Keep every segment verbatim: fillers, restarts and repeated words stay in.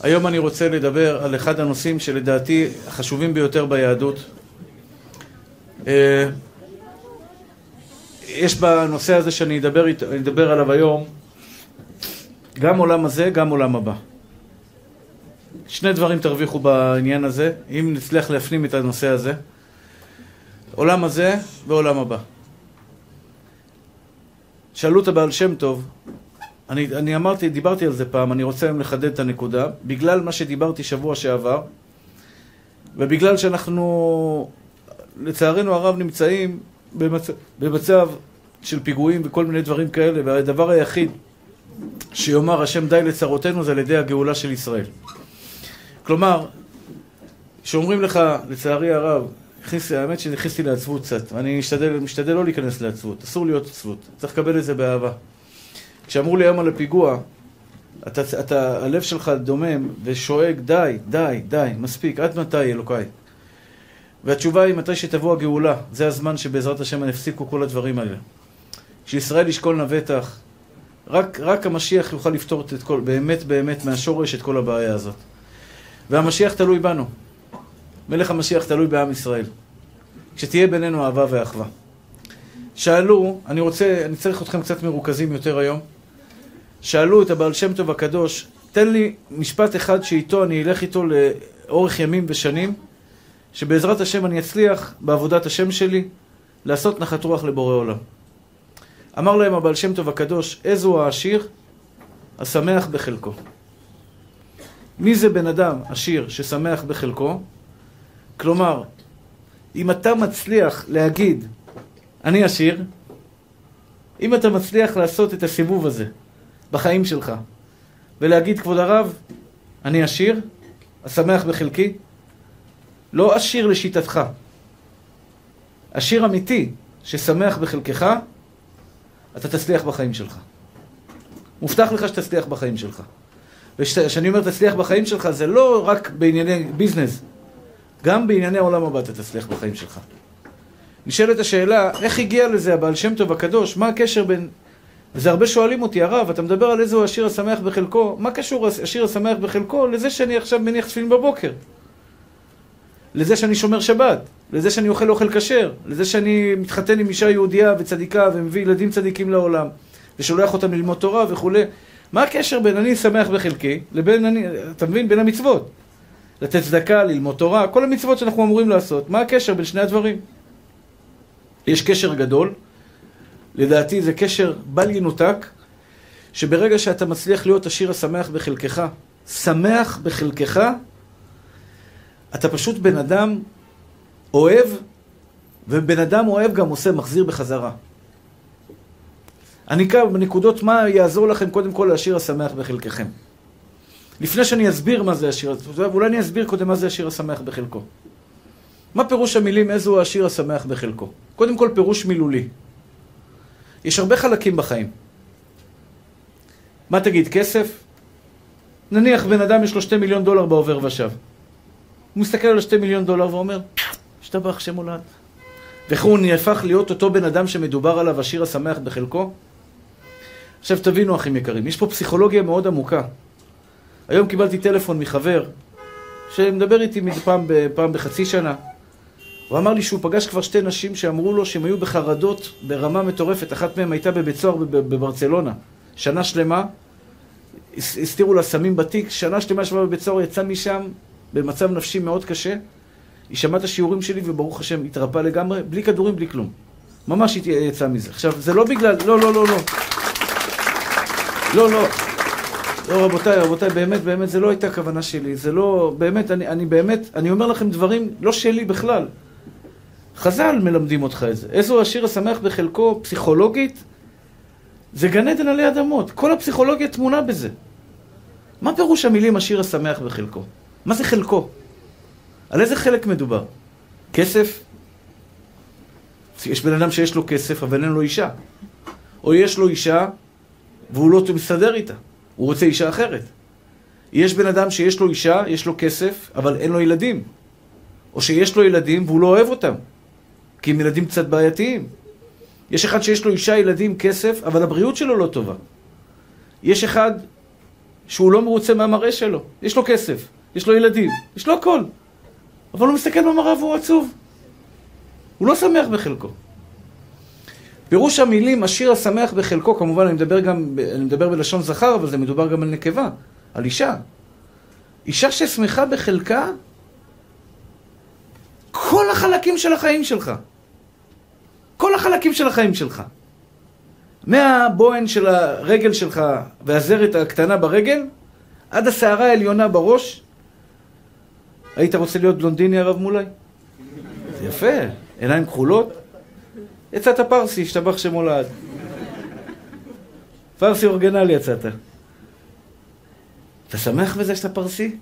היום אני רוצה לדבר על אחד הנושאים שלדעתי החשובים ביותר ביהדות. יש בנושא הזה שאני אדבר, אדבר עליו היום גם עולם הזה, גם עולם הבא. שני דברים תרוויחו בעניין הזה, אם נצליח להפנים את הנושא הזה. עולם הזה ועולם הבא. שאלו את הבעל שם טוב, אני, אני אמרתי, דיברתי על זה פעם, אני רוצה היום לחדד את הנקודה, בגלל מה שדיברתי שבוע שעבר, ובגלל שאנחנו, לצערנו הרב, נמצאים במצב, במצב של פיגועים וכל מיני דברים כאלה, והדבר היחיד שיאמר השם די לצרותינו זה על ידי הגאולה של ישראל. כלומר, שאומרים לך, לצערי הרב, הכניס, האמת שנכניסתי לעצבות קצת, ואני משתדל, משתדל לא להיכנס לעצבות, אסור להיות עצבות, צריך לקבל את זה באהבה. כשאמרו לי היום על הפיגוע, אתה, אתה, הלב שלך דומם ושואג, די, די, די, מספיק, עד מתי אלוקיי? והתשובה היא מתי שתבוא הגאולה, זה הזמן שבעזרת השם נפסיקו כל הדברים האלה. כשישראל ישקול נבטח, רק, רק המשיח יוכל לפתור את כל, באמת באמת מהשורש את כל הבעיה הזאת. והמשיח תלוי בנו. מלך המשיח תלוי בעם ישראל. כשתהיה בינינו אהבה ואחווה. שאלו, אני רוצה, אני צריך אתכם קצת מרוכזים יותר היום. שאלו את הבעל שם טוב הקדוש, תן לי משפט אחד שאיתו אני אלך איתו לאורך ימים ושנים, שבעזרת השם אני אצליח בעבודת השם שלי לעשות נחת רוח לבורא עולם. אמר להם הבעל שם טוב הקדוש, איזו העשיר? השמח בחלקו. מי זה בן אדם עשיר ששמח בחלקו? כלומר, אם אתה מצליח להגיד, אני עשיר, אם אתה מצליח לעשות את הסיבוב הזה בחיים שלך, ולהגיד, כבוד הרב, אני עשיר, השמח בחלקי, לא עשיר לשיטתך, עשיר אמיתי ששמח בחלקך, אתה תצליח בחיים שלך. מובטח לך שתצליח בחיים שלך. וכשאני אומר תצליח בחיים שלך, זה לא רק בענייני ביזנס, גם בענייני העולם הבא אתה תצליח בחיים שלך. נשאלת השאלה, איך הגיע לזה הבעל שם טוב הקדוש? מה הקשר בין... וזה הרבה שואלים אותי, הרב, אתה מדבר על איזו השיר השמח בחלקו? מה קשור השיר השמח בחלקו לזה שאני עכשיו מניח תפילין בבוקר? לזה שאני שומר שבת? לזה שאני אוכל אוכל כשר? לזה שאני מתחתן עם אישה יהודיה וצדיקה ומביא ילדים צדיקים לעולם ושולח אותם ללמוד תורה וכו'? מה הקשר בין אני שמח בחלקי לבין אני, אתה מבין, בין המצוות? לתת צדקה, ללמוד תורה, כל המצוות שאנחנו אמורים לעשות. מה הקשר בין שני הדברים? יש קשר גדול, לדעתי זה קשר בל ינותק, שברגע שאתה מצליח להיות השיר השמח בחלקך, שמח בחלקך, אתה פשוט בן אדם אוהב, ובן אדם אוהב גם עושה מחזיר בחזרה. אני כאן בנקודות מה יעזור לכם קודם כל להשיר השמח בחלקכם. לפני שאני אסביר מה זה השיר, אולי אני אסביר קודם מה זה השיר השמח בחלקו. מה פירוש המילים איזו השיר השמח בחלקו? קודם כל פירוש מילולי. יש הרבה חלקים בחיים. מה תגיד, כסף? נניח בן אדם יש לו שתי מיליון דולר בעובר ושב. הוא מסתכל על שתי מיליון דולר ואומר, השתבח שם הולד. וכך הוא נהפך להיות אותו בן אדם שמדובר עליו השיר השמח בחלקו? עכשיו תבינו אחים יקרים, יש פה פסיכולוגיה מאוד עמוקה. היום קיבלתי טלפון מחבר שמדבר איתי פעם, פעם בחצי שנה. הוא אמר לי שהוא פגש כבר שתי נשים שאמרו לו שהם היו בחרדות ברמה מטורפת. אחת מהן הייתה בבית סוהר בברצלונה. שנה שלמה, הסתירו לה סמים בתיק, שנה שלמה שבה בבית סוהר, יצא משם במצב נפשי מאוד קשה. היא שמעה את השיעורים שלי וברוך השם התרפא לגמרי, בלי כדורים, בלי כלום. ממש יצא מזה. עכשיו, זה לא בגלל, לא, לא, לא, לא. לא, לא. לא, רבותיי, רבותיי, באמת, באמת, זה לא הייתה הכוונה שלי. זה לא, באמת, אני, אני באמת, אני אומר לכם דברים לא שלי בכלל. חז"ל מלמדים אותך את זה. איזו השיר השמח בחלקו, פסיכולוגית, זה גן עדן עלי אדמות. כל הפסיכולוגיה תמונה בזה. מה פירוש המילים השיר השמח בחלקו? מה זה חלקו? על איזה חלק מדובר? כסף? יש בן אדם שיש לו כסף, אבל אין לו אישה. או יש לו אישה, והוא לא מסתדר איתה. הוא רוצה אישה אחרת. יש בן אדם שיש לו אישה, יש לו כסף, אבל אין לו ילדים. או שיש לו ילדים והוא לא אוהב אותם. כי הם ילדים קצת בעייתיים. יש אחד שיש לו אישה, ילדים, כסף, אבל הבריאות שלו לא טובה. יש אחד שהוא לא מרוצה מהמראה שלו. יש לו כסף, יש לו ילדים, יש לו הכל. אבל הוא מסתכל במראה והוא עצוב. הוא לא שמח בחלקו. פירוש המילים, השיר השמח בחלקו, כמובן אני מדבר גם, אני מדבר בלשון זכר, אבל זה מדובר גם על נקבה, על אישה. אישה ששמחה בחלקה, כל החלקים של החיים שלך. כל החלקים של החיים שלך. מהבוהן של הרגל שלך והזרת הקטנה ברגל, עד השערה העליונה בראש. היית רוצה להיות בלונדיני הרב מולי? זה יפה, עיניים כחולות. יצאת פרסי, השתבח שמולד. פרסי אורגנלי יצאת. אתה שמח בזה שאתה פרסי?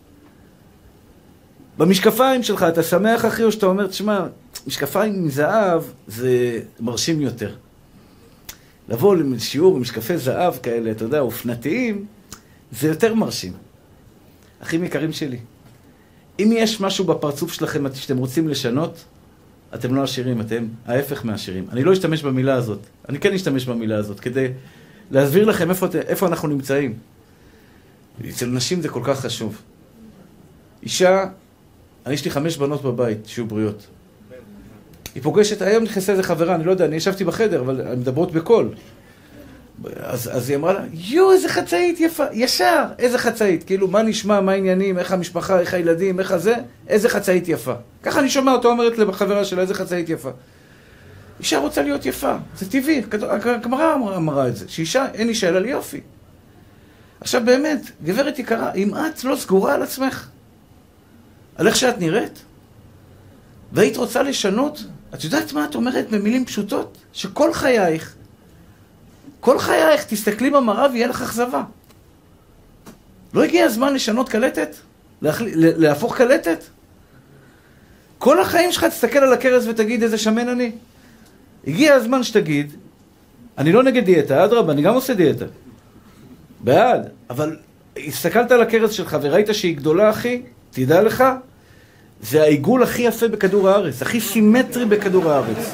במשקפיים שלך אתה שמח אחי, או שאתה אומר, תשמע, משקפיים מזהב זה מרשים יותר. לבוא לשיעור עם משקפי זהב כאלה, אתה יודע, אופנתיים, זה יותר מרשים. אחים יקרים שלי, אם יש משהו בפרצוף שלכם שאתם רוצים לשנות, אתם לא עשירים, אתם ההפך מהעשירים. אני לא אשתמש במילה הזאת, אני כן אשתמש במילה הזאת, כדי להסביר לכם איפה, איפה אנחנו נמצאים. אצל נשים זה כל כך חשוב. אישה, אני יש לי חמש בנות בבית, שיהיו בריאות. היא פוגשת, היום נכנסה איזה חברה, אני לא יודע, אני ישבתי בחדר, אבל הן מדברות בקול. אז, אז היא אמרה לה, יו, איזה חצאית יפה, ישר, איזה חצאית. כאילו, מה נשמע, מה העניינים, איך המשפחה, איך הילדים, איך הזה, איזה חצאית יפה. ככה אני שומע אותו אומרת לחברה שלה, איזה חצאית יפה. אישה רוצה להיות יפה, זה טבעי, הגמרא אמרה, אמרה את זה, שאישה, אין אישה אלא ליופי. עכשיו באמת, גברת יקרה, אם את לא סגורה על עצמך, על איך שאת נראית, והיית רוצה לשנות, את יודעת מה את אומרת במילים פשוטות? שכל חייך, כל חייך תסתכלי במראה ויהיה לך אכזבה. לא הגיע הזמן לשנות קלטת? להפוך קלטת? כל החיים שלך תסתכל על הכרס ותגיד איזה שמן אני. הגיע הזמן שתגיד, אני לא נגד דיאטה, אדרבה, אני גם עושה דיאטה. בעד, אבל הסתכלת על הכרס שלך וראית שהיא גדולה אחי, תדע לך, זה העיגול הכי יפה בכדור הארץ, הכי סימטרי בכדור הארץ.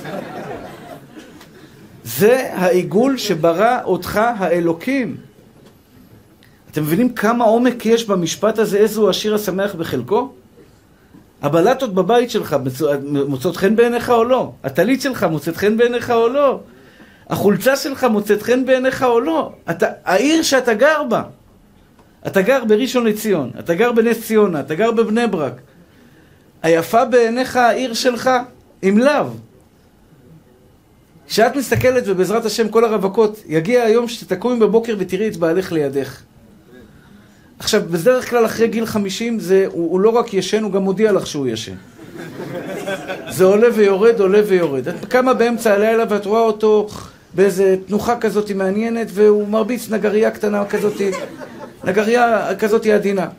זה העיגול שברא אותך האלוקים. אתם מבינים כמה עומק יש במשפט הזה, איזו השיר השמח בחלקו? הבלטות בבית שלך מוצאות חן בעיניך או לא? הטלית שלך מוצאת חן בעיניך או לא? החולצה שלך מוצאת חן בעיניך או לא? אתה, העיר שאתה גר בה, אתה גר בראשון לציון, אתה גר בנס ציונה, אתה גר בבני ברק. היפה בעיניך העיר שלך? עם לאו. כשאת מסתכלת ובעזרת השם כל הרווקות, יגיע היום שתקומים בבוקר ותראי את בעלך לידך. עכשיו, בדרך כלל אחרי גיל חמישים, זה, הוא, הוא לא רק ישן, הוא גם מודיע לך שהוא ישן. זה עולה ויורד, עולה ויורד. את קמה באמצע הלילה ואת רואה אותו באיזה תנוחה כזאת מעניינת, והוא מרביץ נגריה קטנה כזאת, נגריה כזאת עדינה.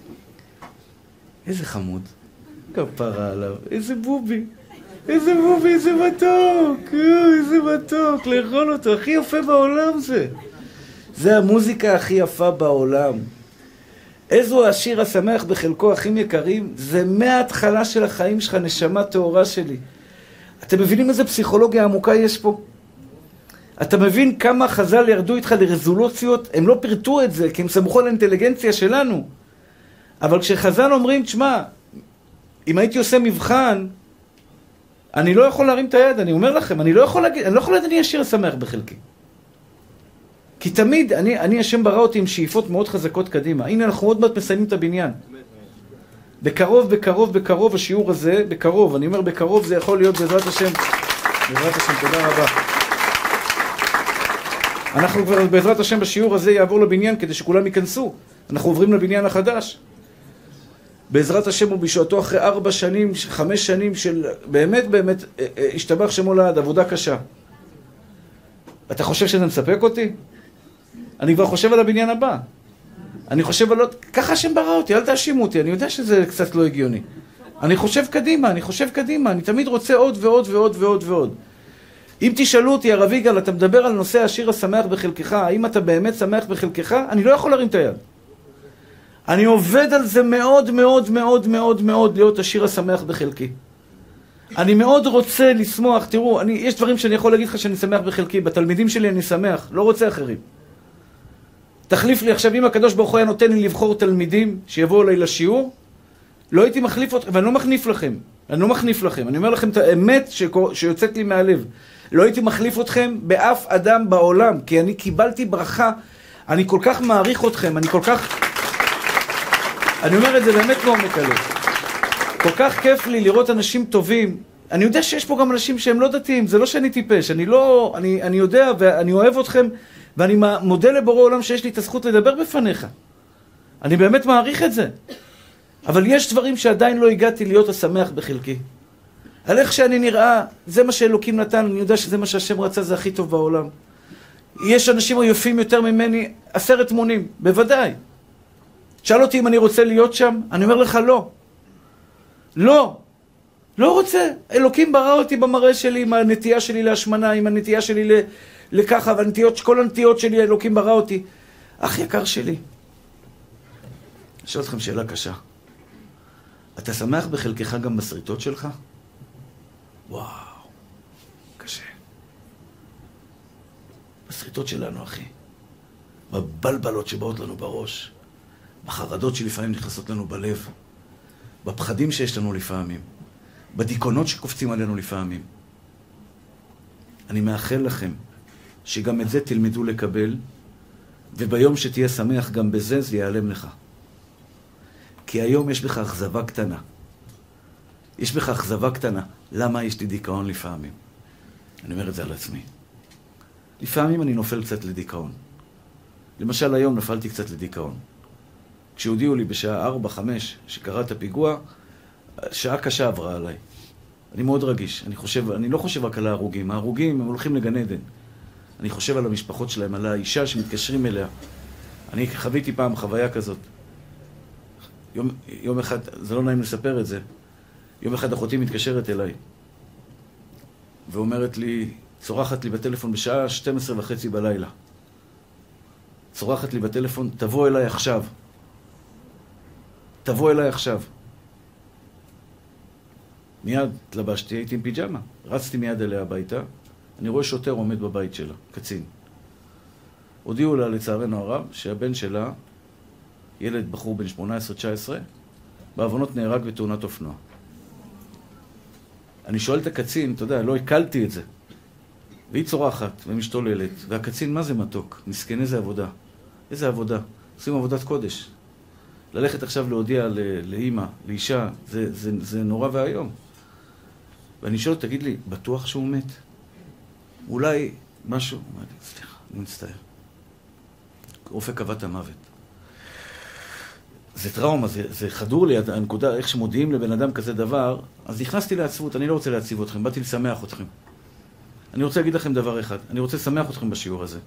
איזה חמוד. כפרה עליו, איזה בובי. איזה בובי, איזה מתוק. איזה מתוק, לאכול אותו. הכי יפה בעולם זה. זה המוזיקה הכי יפה בעולם. איזו השיר השמח בחלקו, אחים יקרים, זה מההתחלה של החיים שלך, נשמה טהורה שלי. אתם מבינים איזה פסיכולוגיה עמוקה יש פה? אתה מבין כמה חז"ל ירדו איתך לרזולוציות? הם לא פירטו את זה, כי הם סמכו על האינטליגנציה שלנו. אבל כשחז"ל אומרים, תשמע, אם הייתי עושה מבחן, אני לא יכול להרים את היד, אני אומר לכם, אני לא יכול להגיד, אני לא יכול להגיד, אני השיר השמח בחלקי. כי תמיד, אני, אני השם ברא אותי עם שאיפות מאוד חזקות קדימה. הנה, אנחנו עוד מעט מסיימים את הבניין. בקרוב, בקרוב, בקרוב, השיעור הזה, בקרוב, אני אומר בקרוב, זה יכול להיות בעזרת השם. בעזרת השם, תודה רבה. אנחנו כבר בעזרת השם בשיעור הזה יעבור לבניין כדי שכולם ייכנסו. אנחנו עוברים לבניין החדש. בעזרת השם ובשעתו אחרי ארבע שנים, חמש שנים של באמת, באמת, השתבח שמו לעד, עבודה קשה. אתה חושב שזה מספק אותי? אני כבר חושב על הבניין הבא. אני חושב על עוד... ככה השם ברא אותי, אל תאשימו אותי, אני יודע שזה קצת לא הגיוני. אני חושב קדימה, אני חושב קדימה, אני תמיד רוצה עוד ועוד ועוד ועוד ועוד. אם תשאלו אותי, הרב יגאל, אתה מדבר על נושא השיר השמח בחלקך, האם אתה באמת שמח בחלקך? אני לא יכול להרים את היד. אני עובד על זה מאוד מאוד מאוד מאוד מאוד להיות השיר השמח בחלקי. אני מאוד רוצה לשמוח, תראו, אני, יש דברים שאני יכול להגיד לך שאני שמח בחלקי, בתלמידים שלי אני שמח, לא רוצה אחרים. תחליף לי עכשיו, אם הקדוש ברוך הוא היה נותן לי לבחור תלמידים שיבואו אליי לשיעור, לא הייתי מחליף אתכם, ואני לא מחניף לכם. אני לא מחניף לכם. אני אומר לכם את האמת שיוצאת לי מהלב. לא הייתי מחליף אתכם באף אדם בעולם, כי אני קיבלתי ברכה. אני כל כך מעריך אתכם, אני כל כך... אני אומר את זה באמת מעומק הלב. כל כך כיף לי לראות אנשים טובים. אני יודע שיש פה גם אנשים שהם לא דתיים, זה לא שאני טיפש. אני לא... אני, אני יודע ואני אוהב אתכם, ואני מודה לבורא עולם שיש לי את הזכות לדבר בפניך. אני באמת מעריך את זה. אבל יש דברים שעדיין לא הגעתי להיות השמח בחלקי. על איך שאני נראה, זה מה שאלוקים נתן, אני יודע שזה מה שהשם רצה, זה הכי טוב בעולם. יש אנשים היפים יותר ממני, עשרת מונים, בוודאי. שאל אותי אם אני רוצה להיות שם, אני אומר לך לא. לא. לא רוצה. אלוקים ברא אותי במראה שלי, עם הנטייה שלי להשמנה, עם הנטייה שלי לככה, והנטיות, כל הנטיות שלי, אלוקים ברא אותי. אח יקר שלי. אשאל אתכם שאלה קשה. אתה שמח בחלקך גם בסריטות שלך? וואו, קשה. בסריטות שלנו, אחי. בבלבלות שבאות לנו בראש. בחרדות שלפעמים נכנסות לנו בלב. בפחדים שיש לנו לפעמים. בדיכאונות שקופצים עלינו לפעמים. אני מאחל לכם שגם את זה תלמדו לקבל, וביום שתהיה שמח גם בזה זה ייעלם לך. כי היום יש בך אכזבה קטנה. יש בך אכזבה קטנה. למה יש לי דיכאון לפעמים? אני אומר את זה על עצמי. לפעמים אני נופל קצת לדיכאון. למשל היום נפלתי קצת לדיכאון. כשהודיעו לי בשעה ארבע חמש שקרה את הפיגוע, שעה קשה עברה עליי. אני מאוד רגיש. אני חושב, אני לא חושב רק על ההרוגים. ההרוגים הם הולכים לגן עדן. אני חושב על המשפחות שלהם, על האישה שמתקשרים אליה. אני חוויתי פעם חוויה כזאת. יום, יום אחד, זה לא נעים לספר את זה, יום אחד אחותי מתקשרת אליי ואומרת לי, צורחת לי בטלפון בשעה שתים עשרה וחצי בלילה. צורחת לי בטלפון, תבוא אליי עכשיו. תבוא אליי עכשיו. מיד התלבשתי, הייתי עם פיג'מה. רצתי מיד אליה הביתה. אני רואה שוטר עומד בבית שלה, קצין. הודיעו לה לצערנו הרב שהבן שלה, ילד בחור בן שמונה עשרה תשע עשרה, בעוונות נהרג בתאונת אופנוע. אני שואל את הקצין, אתה יודע, לא הקלתי את זה. והיא צורחת ומשתוללת, והקצין, מה זה מתוק? מסכן, איזה עבודה. איזה עבודה. עושים עבודת קודש. ללכת עכשיו להודיע לאמא, לאישה, זה, זה, זה נורא והיום. ואני שואל, תגיד לי, בטוח שהוא מת? אולי משהו? סליחה, אני מצטער. רופא קבע את המוות. זה טראומה, זה, זה חדור לי, הנקודה, איך שמודיעים לבן אדם כזה דבר, אז נכנסתי לעצבות, אני לא רוצה להציב אתכם, באתי לשמח אתכם. אני רוצה להגיד לכם דבר אחד, אני רוצה לשמח אתכם בשיעור הזה.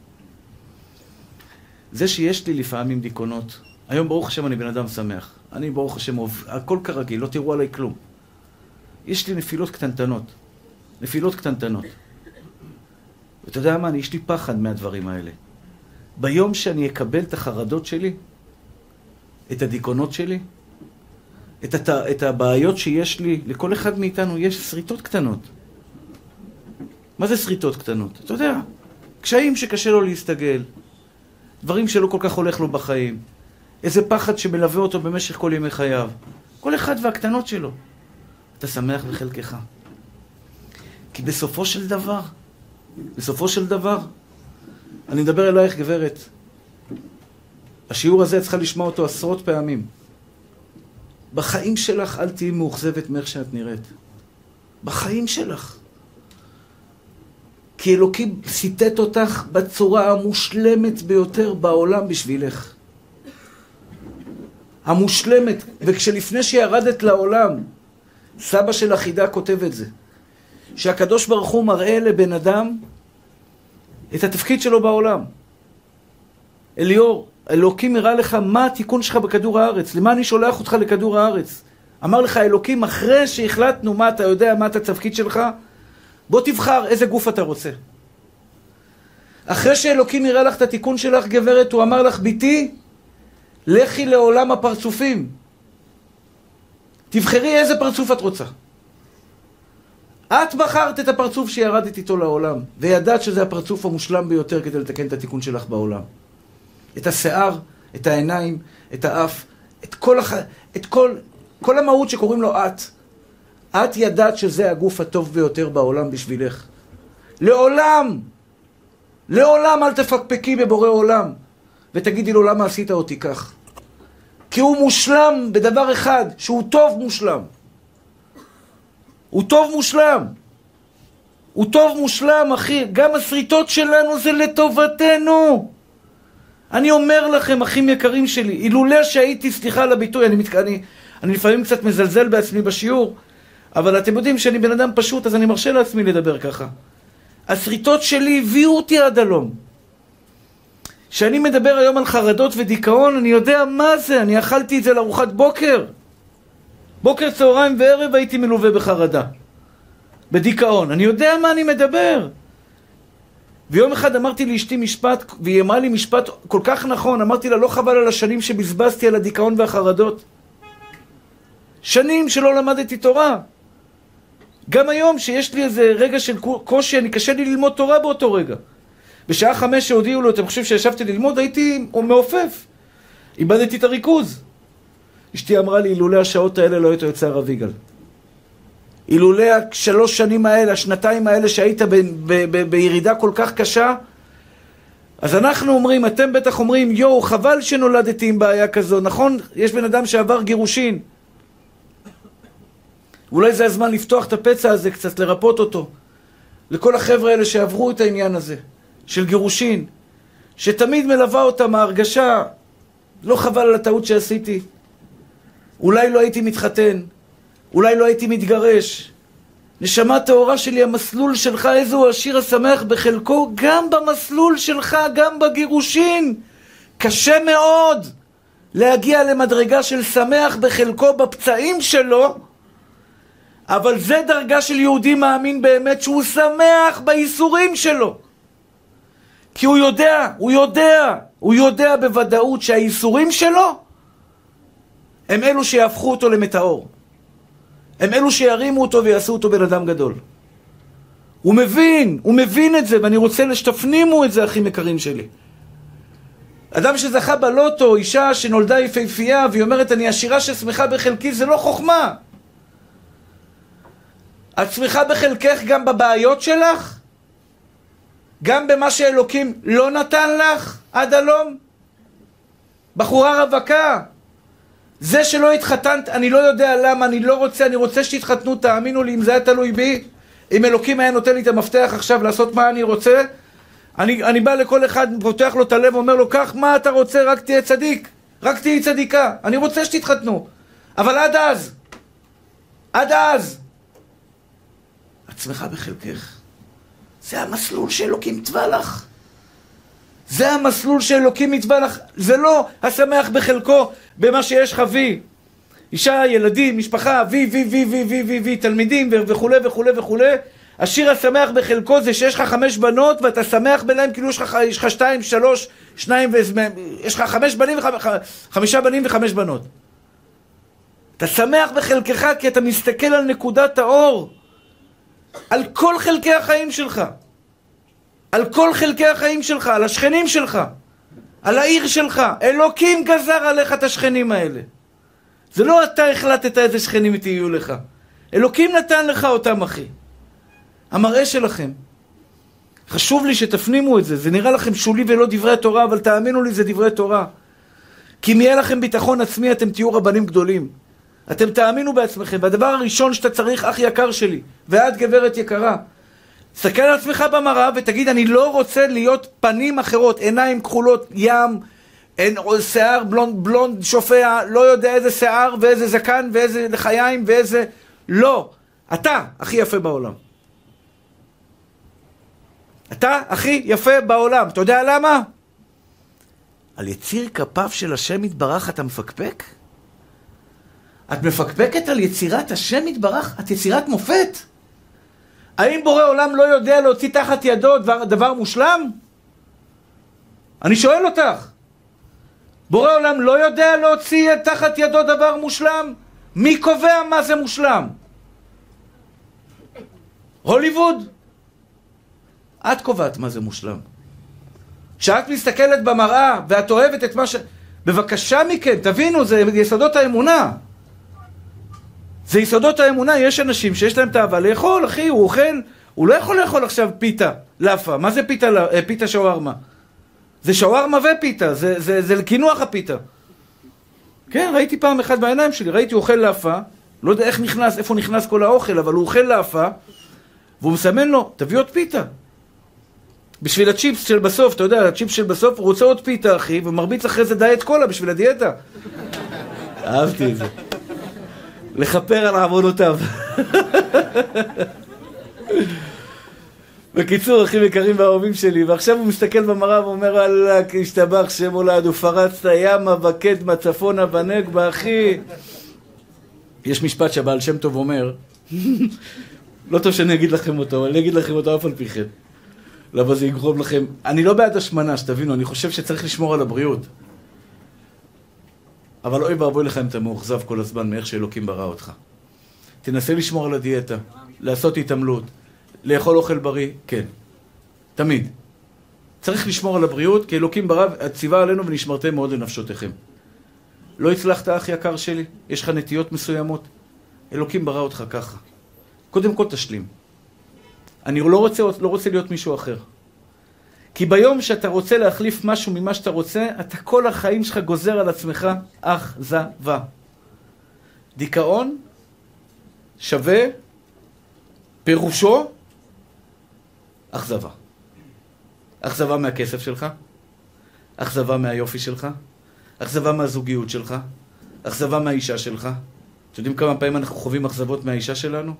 זה שיש לי לפעמים דיכאונות, היום ברוך השם אני בן אדם שמח, אני ברוך השם, הכל כרגיל, לא תראו עליי כלום. יש לי נפילות קטנטנות, נפילות קטנטנות. ואתה יודע מה, אני, יש לי פחד מהדברים האלה. ביום שאני אקבל את החרדות שלי, את הדיכאונות שלי, את, הת... את הבעיות שיש לי, לכל אחד מאיתנו יש שריטות קטנות. מה זה שריטות קטנות? אתה יודע, קשיים שקשה לו להסתגל, דברים שלא כל כך הולך לו בחיים, איזה פחד שמלווה אותו במשך כל ימי חייו. כל אחד והקטנות שלו. אתה שמח בחלקך. כי בסופו של דבר, בסופו של דבר, אני מדבר אלייך גברת, השיעור הזה צריכה לשמוע אותו עשרות פעמים. בחיים שלך אל תהיי מאוכזבת מאיך שאת נראית. בחיים שלך. כי אלוקים סיטט אותך בצורה המושלמת ביותר בעולם בשבילך. המושלמת. וכשלפני שירדת לעולם, סבא של החידה כותב את זה. שהקדוש ברוך הוא מראה לבן אדם את התפקיד שלו בעולם. אליאור, אלוקים הראה לך מה התיקון שלך בכדור הארץ. למה אני שולח אותך לכדור הארץ? אמר לך אלוקים, אחרי שהחלטנו מה אתה יודע, מה את התפקיד שלך, בוא תבחר איזה גוף אתה רוצה. אחרי שאלוקים הראה לך את התיקון שלך, גברת, הוא אמר לך, ביתי, לכי לעולם הפרצופים. תבחרי איזה פרצוף את רוצה. את בחרת את הפרצוף שירדת איתו לעולם, וידעת שזה הפרצוף המושלם ביותר כדי לתקן את התיקון שלך בעולם. את השיער, את העיניים, את האף, את כל, הח... את כל, כל המהות שקוראים לו את. את ידעת שזה הגוף הטוב ביותר בעולם בשבילך. לעולם, לעולם אל תפקפקי בבורא עולם, ותגידי לו למה עשית אותי כך. כי הוא מושלם בדבר אחד, שהוא טוב מושלם. הוא טוב מושלם. הוא טוב מושלם, אחי. גם הסריטות שלנו זה לטובתנו. אני אומר לכם, אחים יקרים שלי, אילולא שהייתי, סליחה על הביטוי, אני, מת... אני, אני לפעמים קצת מזלזל בעצמי בשיעור, אבל אתם יודעים שאני בן אדם פשוט, אז אני מרשה לעצמי לדבר ככה. הסריטות שלי הביאו אותי עד הלום. כשאני מדבר היום על חרדות ודיכאון, אני יודע מה זה, אני אכלתי את זה לארוחת בוקר. בוקר, צהריים וערב הייתי מלווה בחרדה. בדיכאון. אני יודע מה אני מדבר. ויום אחד אמרתי לאשתי משפט, והיא אמרה לי משפט כל כך נכון, אמרתי לה, לא חבל על השנים שבזבזתי על הדיכאון והחרדות. שנים שלא למדתי תורה. גם היום שיש לי איזה רגע של קושי, אני קשה לי ללמוד תורה באותו רגע. בשעה חמש שהודיעו לו, אתם חושבים שישבתי ללמוד, הייתי מעופף. איבדתי את הריכוז. אשתי אמרה לי, אילולא השעות האלה לא היית יוצא הרב יגאל. אילולא השלוש שנים האלה, השנתיים האלה שהיית ב- ב- ב- בירידה כל כך קשה, אז אנחנו אומרים, אתם בטח אומרים, יו, חבל שנולדתי עם בעיה כזו, נכון? יש בן אדם שעבר גירושין. אולי זה הזמן לפתוח את הפצע הזה קצת, לרפות אותו. לכל החבר'ה האלה שעברו את העניין הזה, של גירושין, שתמיד מלווה אותם ההרגשה, לא חבל על הטעות שעשיתי. אולי לא הייתי מתחתן, אולי לא הייתי מתגרש. נשמה טהורה שלי, המסלול שלך, איזה הוא השיר השמח בחלקו, גם במסלול שלך, גם בגירושין. קשה מאוד להגיע למדרגה של שמח בחלקו בפצעים שלו, אבל זה דרגה של יהודי מאמין באמת שהוא שמח בייסורים שלו. כי הוא יודע, הוא יודע, הוא יודע בוודאות שהייסורים שלו הם אלו שיהפכו אותו למטאור. הם אלו שירימו אותו ויעשו אותו בן אדם גדול. הוא מבין, הוא מבין את זה, ואני רוצה שתפנימו את זה, אחים יקרים שלי. אדם שזכה בלוטו, אישה שנולדה יפהפייה, והיא אומרת, אני עשירה ששמחה בחלקי, זה לא חוכמה. את שמחה בחלקך גם בבעיות שלך? גם במה שאלוקים לא נתן לך עד הלום? בחורה רווקה, זה שלא התחתנת, אני לא יודע למה, אני לא רוצה, אני רוצה שתתחתנו, תאמינו לי, אם זה היה תלוי בי, אם אלוקים היה נותן לי את המפתח עכשיו לעשות מה אני רוצה, אני, אני בא לכל אחד, פותח לו את הלב ואומר לו, כך, מה אתה רוצה? רק תהיה צדיק, רק תהיה צדיקה, אני רוצה שתתחתנו, אבל עד אז, עד אז, את שמחה בחלקך. זה המסלול שאלוקים תבע לך. זה המסלול שאלוקים מתבע לך. זה לא השמח בחלקו במה שיש לך וי. אישה, ילדים, משפחה, וי, וי, וי, וי, וי, וי, וי, תלמידים וכו' וכו' וכו'. השיר השמח בחלקו זה שיש לך חמש בנות ואתה שמח ביניהם כאילו יש לך, יש לך שתיים, שלוש, שניים, יש לך חמש בנים וחמש, חמישה בנים וחמש בנות. אתה שמח בחלקך כי אתה מסתכל על נקודת האור. על כל חלקי החיים שלך. על כל חלקי החיים שלך, על השכנים שלך, על העיר שלך. אלוקים גזר עליך את השכנים האלה. זה לא אתה החלטת איזה שכנים תהיו לך. אלוקים נתן לך אותם, אחי. המראה שלכם. חשוב לי שתפנימו את זה. זה נראה לכם שולי ולא דברי תורה, אבל תאמינו לי, זה דברי תורה. כי אם יהיה לכם ביטחון עצמי, אתם תהיו רבנים גדולים. אתם תאמינו בעצמכם. והדבר הראשון שאתה צריך, אח יקר שלי, ואת גברת יקרה, תסתכל על עצמך במראה ותגיד, אני לא רוצה להיות פנים אחרות, עיניים כחולות, ים, אין, שיער בלונד, בלונד שופע, לא יודע איזה שיער ואיזה זקן ואיזה לחיים ואיזה... לא. אתה הכי יפה בעולם. אתה הכי יפה בעולם. אתה יודע למה? על יציר כפיו של השם יתברך אתה מפקפק? את מפקפקת על יצירת השם יתברך? את יצירת מופת? האם בורא עולם לא יודע להוציא תחת ידו דבר, דבר מושלם? אני שואל אותך. בורא עולם לא יודע להוציא תחת ידו דבר מושלם? מי קובע מה זה מושלם? הוליווד. את קובעת מה זה מושלם. כשאת מסתכלת במראה ואת אוהבת את מה ש... בבקשה מכם, תבינו, זה יסודות האמונה. זה יסודות האמונה. יש אנשים שיש להם תאווה לאכול, אחי, הוא אוכל, הוא לא יכול לאכול עכשיו פיתה, לאפה. מה זה פיתה, פיתה שווארמה? זה שווארמה ופיתה, זה, זה, זה לקינוח הפיתה. כן, ראיתי פעם אחד בעיניים שלי, ראיתי הוא אוכל לאפה, לא יודע איך נכנס, איפה נכנס כל האוכל, אבל הוא אוכל לאפה, והוא מסמן לו, תביא עוד פיתה. בשביל הצ'יפס של בסוף, אתה יודע, הצ'יפס של בסוף, הוא רוצה עוד פיתה, אחי, ומרביץ אחרי זה דיאט קולה בשביל הדיאטה. אהבתי את זה. לכפר על עוונותיו. בקיצור, אחים יקרים והאהובים שלי, ועכשיו הוא מסתכל במראה ואומר, אללה, השתבח שם הולד, ופרצת ימה בקדמה, צפונה בנגבה, אחי. יש משפט שהבעל שם טוב אומר, לא טוב שאני אגיד לכם אותו, אבל אני אגיד לכם אותו אף על פי כן. למה זה יגרום לכם. אני לא בעד השמנה, שתבינו, אני חושב שצריך לשמור על הבריאות. אבל אוי ואבוי לך אם אתה מאוכזב כל הזמן מאיך שאלוקים ברא אותך. תנסה לשמור על הדיאטה, לעשות התעמלות, לאכול אוכל בריא, כן. תמיד. צריך לשמור על הבריאות, כי אלוקים ברא, הציווה עלינו ונשמרתם מאוד לנפשותיכם. לא הצלחת, אח יקר שלי? יש לך נטיות מסוימות? אלוקים ברא אותך ככה. קודם כל תשלים. אני לא רוצה, לא רוצה להיות מישהו אחר. כי ביום שאתה רוצה להחליף משהו ממה שאתה רוצה, אתה כל החיים שלך גוזר על עצמך אכזבה. דיכאון שווה פירושו אכזבה. אכזבה מהכסף שלך, אכזבה מהיופי שלך, אכזבה מהזוגיות שלך, אכזבה מהאישה שלך. אתם יודעים כמה פעמים אנחנו חווים אכזבות מהאישה שלנו?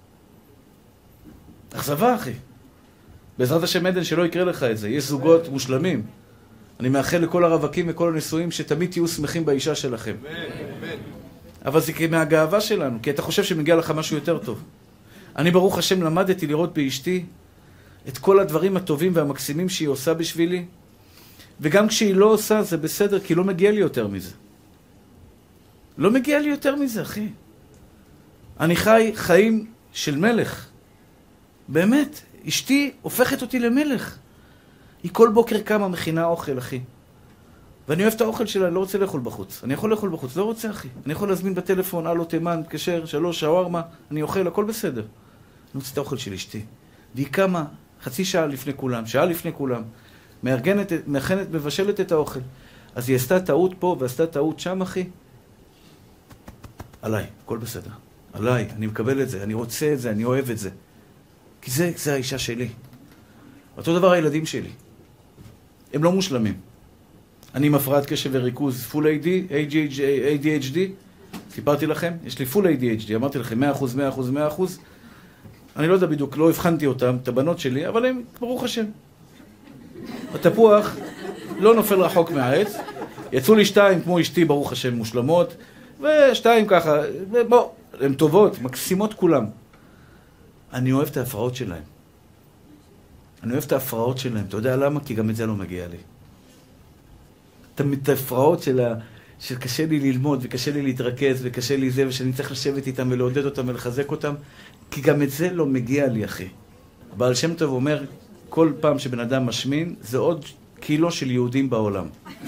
אכזבה, אחי. בעזרת השם עדן שלא יקרה לך את זה. יש זוגות מושלמים. אני מאחל לכל הרווקים וכל הנשואים שתמיד תהיו שמחים באישה שלכם. אבל זה מהגאווה שלנו, כי אתה חושב שמגיע לך משהו יותר טוב. אני ברוך השם למדתי לראות באשתי את כל הדברים הטובים והמקסימים שהיא עושה בשבילי, וגם כשהיא לא עושה זה בסדר, כי לא מגיע לי יותר מזה. לא מגיע לי יותר מזה, אחי. אני חי חיים של מלך. באמת, אשתי הופכת אותי למלך. היא כל בוקר קמה מכינה אוכל, אחי. ואני אוהב את האוכל שלה, אני לא רוצה לאכול בחוץ. אני יכול לאכול בחוץ, לא רוצה, אחי. אני יכול להזמין בטלפון, אלו תימן, מתקשר, שלוש, שווארמה, אני אוכל, הכל בסדר. אני רוצה את האוכל של אשתי. והיא קמה חצי שעה לפני כולם, שעה לפני כולם, מארגנת, מכנת, מבשלת את האוכל. אז היא עשתה טעות פה ועשתה טעות שם, אחי. עליי, הכל בסדר. עליי, אני מקבל את זה, אני רוצה את זה, אני אוהב את זה. כי זה, זה האישה שלי. אותו דבר הילדים שלי. הם לא מושלמים. אני עם הפרעת קשב וריכוז, פול איי די, איי די אייץ' די. סיפרתי לכם, יש לי פול איי די אייץ' די, אמרתי לכם מאה אחוז, מאה אחוז, מאה אחוז. אני לא יודע בדיוק, לא הבחנתי אותם, את הבנות שלי, אבל הם, ברוך השם. התפוח לא נופל רחוק מהעץ. יצאו לי שתיים, כמו אשתי, ברוך השם, מושלמות, ושתיים ככה, בוא, הן טובות, מקסימות כולם. אני אוהב את ההפרעות שלהם. אני אוהב את ההפרעות שלהם. אתה יודע למה? כי גם את זה לא מגיע לי. את ההפרעות של ה... שקשה לי ללמוד, וקשה לי להתרכז, וקשה לי זה, ושאני צריך לשבת איתם ולעודד אותם ולחזק אותם, כי גם את זה לא מגיע לי, אחי. בעל שם טוב אומר, כל פעם שבן אדם משמין, זה עוד קילו של יהודים בעולם.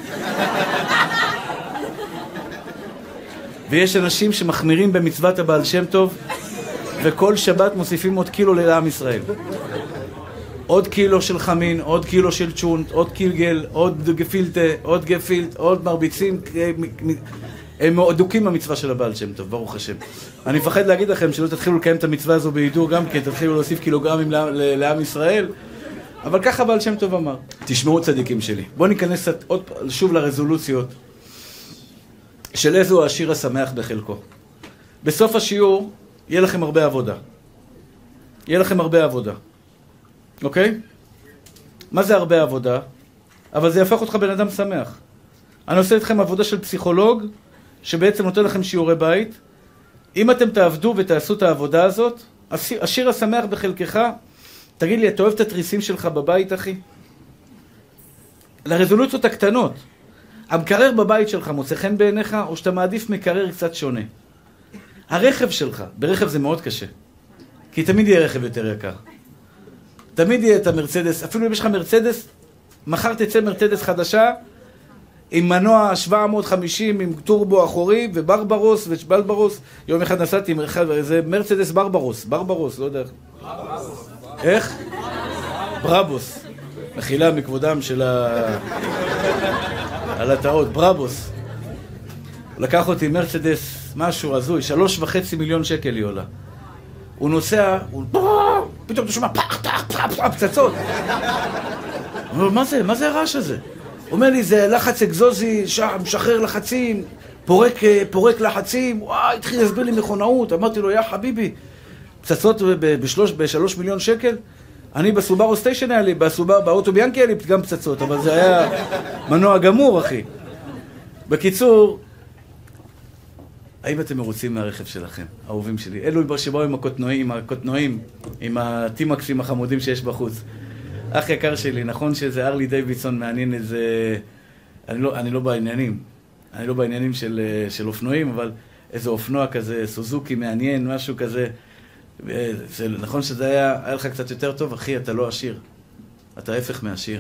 ויש אנשים שמחמירים במצוות הבעל שם טוב, וכל שבת מוסיפים עוד קילו לעם ישראל. עוד קילו של חמין, עוד קילו של צ'ונט, עוד קילגל, עוד גפילטה, עוד גפילט, עוד מרביצים. הם דוקים במצווה של הבעל שם טוב, ברוך השם. אני מפחד להגיד לכם שלא תתחילו לקיים את המצווה הזו בהידור גם כן, תתחילו להוסיף קילוגרמים לעם ישראל. אבל ככה בעל שם טוב אמר. תשמעו צדיקים שלי. בואו ניכנס עוד שוב לרזולוציות של איזו העשיר השמח בחלקו. בסוף השיעור יהיה לכם הרבה עבודה. יהיה לכם הרבה עבודה. אוקיי? מה זה הרבה עבודה? אבל זה יהפוך אותך בן אדם שמח. אני עושה אתכם עבודה של פסיכולוג, שבעצם נותן לכם שיעורי בית. אם אתם תעבדו ותעשו את העבודה הזאת, השיר השמח בחלקך, תגיד לי, אתה אוהב את התריסים שלך בבית, אחי? לרזולוציות הקטנות. המקרר בבית שלך מוצא חן בעיניך, או שאתה מעדיף מקרר קצת שונה? הרכב שלך, ברכב זה מאוד קשה. כי תמיד יהיה רכב יותר יקר. תמיד יהיה את המרצדס, אפילו אם יש לך מרצדס מחר תצא מרצדס חדשה, עם מנוע שבע מאות וחמישים, עם טורבו אחורי, וברברוס ובלברוס. יום אחד נסעתי עם אחד, זה מרצדס ברברוס, ברברוס, לא יודע איך. איך? ברבוס. מחילה מכבודם של ה... על התאות, ברבוס. לקח אותי מרצדס, משהו הזוי, שלוש וחצי מיליון שקל היא עולה. הוא נוסע, הוא... פתאום אתה שומע פח, פח, פח, פח, פצצות. הוא אומר, מה זה? מה זה הרעש הזה? הוא אומר לי, זה לחץ אקזוזי, משחרר לחצים, פורק, פורק לחצים, וואי, התחיל להסביר לי מכונאות. אמרתי לו, יא חביבי, פצצות בשלוש, בשלוש מיליון שקל? אני בסובארו סטיישן היה לי, בסובר, באוטו ביאנקי היה לי גם פצצות, אבל זה היה מנוע גמור, אחי. בקיצור, האם אתם מרוצים מהרכב שלכם, אהובים שלי? אלו שבאו עם הקוטנועים, הקוטנועים, עם הטימקסים החמודים שיש בחוץ. אח יקר שלי, נכון שזה ארלי דיווידסון מעניין איזה... אני לא, אני לא בעניינים, אני לא בעניינים של, של אופנועים, אבל איזה אופנוע כזה, סוזוקי מעניין, משהו כזה. זה, נכון שזה היה, היה לך קצת יותר טוב, אחי, אתה לא עשיר. אתה ההפך מעשיר.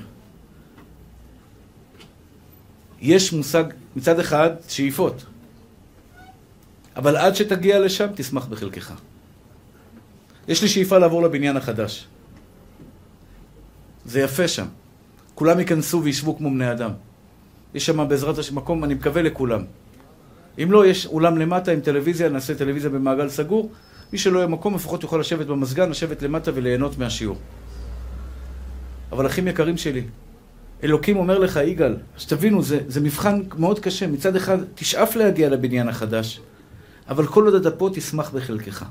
יש מושג, מצד אחד, שאיפות. אבל עד שתגיע לשם, תשמח בחלקך. יש לי שאיפה לעבור לבניין החדש. זה יפה שם. כולם ייכנסו וישבו כמו בני אדם. יש שם בעזרת השם מקום, אני מקווה לכולם. אם לא, יש אולם למטה עם טלוויזיה, נעשה טלוויזיה במעגל סגור. מי שלא יהיה מקום, לפחות יוכל לשבת במסגן, לשבת למטה וליהנות מהשיעור. אבל אחים יקרים שלי, אלוקים אומר לך, יגאל, שתבינו, זה, זה מבחן מאוד קשה. מצד אחד, תשאף להגיע לבניין החדש, אבל כל עוד אתה פה, תשמח בחלקך.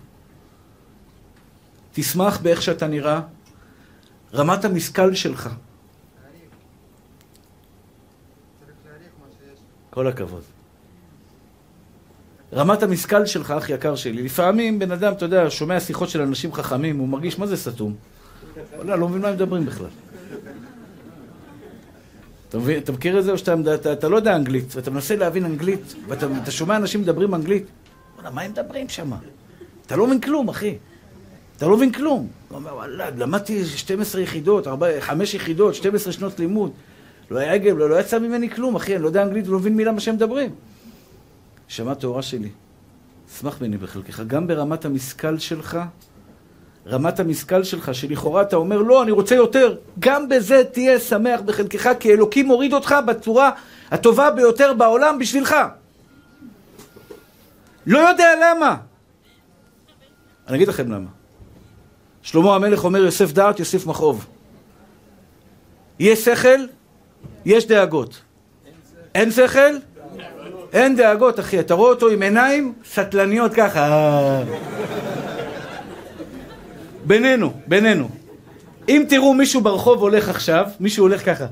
תשמח באיך שאתה נראה, רמת המשכל שלך. כל הכבוד. רמת המשכל שלך, אח יקר שלי. לפעמים בן אדם, אתה יודע, שומע שיחות של אנשים חכמים, הוא מרגיש מה זה סתום. לא, לא מבין מה הם מדברים בכלל. אתה, מבין, אתה מכיר את זה או שאתה אתה, אתה לא יודע אנגלית, ואתה מנסה להבין אנגלית, ואתה אתה שומע אנשים מדברים אנגלית. מה הם מדברים שם? אתה לא מבין כלום, אחי. אתה לא מבין כלום. הוא אומר, וואלה, למדתי שתים עשרה יחידות, חמש יחידות, שתים עשרה שנות לימוד. לא היה עגל, לא, לא יצא ממני כלום, אחי. אני לא יודע אנגלית ולא מבין מילה מה שהם מדברים. שמע תאורה שלי. שמח ממני בחלקך. גם ברמת המשכל שלך, רמת המשכל שלך, שלכאורה אתה אומר, לא, אני רוצה יותר. גם בזה תהיה שמח בחלקך, כי אלוקים מוריד אותך בצורה הטובה ביותר בעולם בשבילך. לא יודע למה. אני אגיד לכם למה. שלמה המלך אומר, יוסף דעת, יוסף מכאוב. יש שכל, יש דאגות. אין שכל, אין דאגות, אחי. אתה רואה אותו עם עיניים סטלניות ככה. בינינו, בינינו. אם תראו מישהו ברחוב הולך עכשיו, מישהו הולך ככה.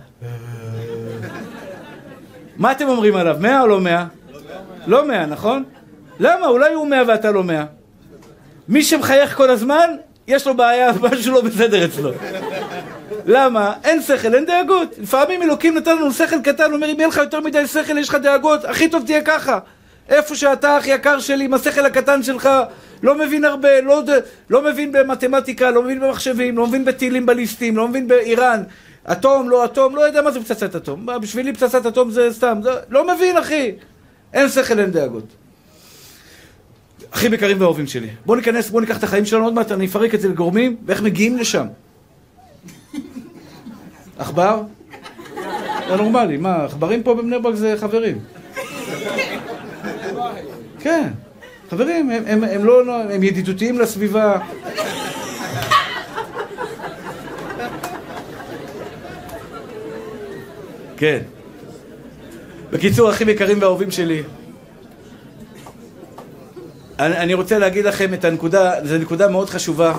מה אתם אומרים עליו? מאה או לא מאה? לא מאה, נכון? למה? אולי הוא מאה ואתה לא מאה. מי שמחייך כל הזמן, יש לו בעיה, משהו לא בסדר אצלו. למה? אין שכל, אין דאגות. לפעמים אלוקים נתן לנו שכל קטן, הוא אומר, אם יהיה לך יותר מדי שכל, יש לך דאגות, הכי טוב תהיה ככה. איפה שאתה, אח יקר שלי, עם השכל הקטן שלך, לא מבין הרבה, לא, לא מבין במתמטיקה, לא מבין במחשבים, לא מבין בטילים בליסטים, לא מבין באיראן. אטום, לא אטום, לא יודע מה זה פצצת אטום. בשבילי פצצת אטום זה סתם, זה, לא מבין, אחי. אין שכל, אין דאגות. אחים יקרים ואהובים שלי, בואו ניכנס, בואו ניקח את החיים שלנו עוד מעט, אני אפרק את זה לגורמים, ואיך מגיעים לשם. עכבר? זה נורמלי, מה, עכברים פה בבני ברק זה חברים. כן, חברים, הם, הם, הם לא, הם ידידותיים לסביבה. כן. בקיצור, אחים יקרים ואהובים שלי, אני, אני רוצה להגיד לכם את הנקודה, זו נקודה מאוד חשובה.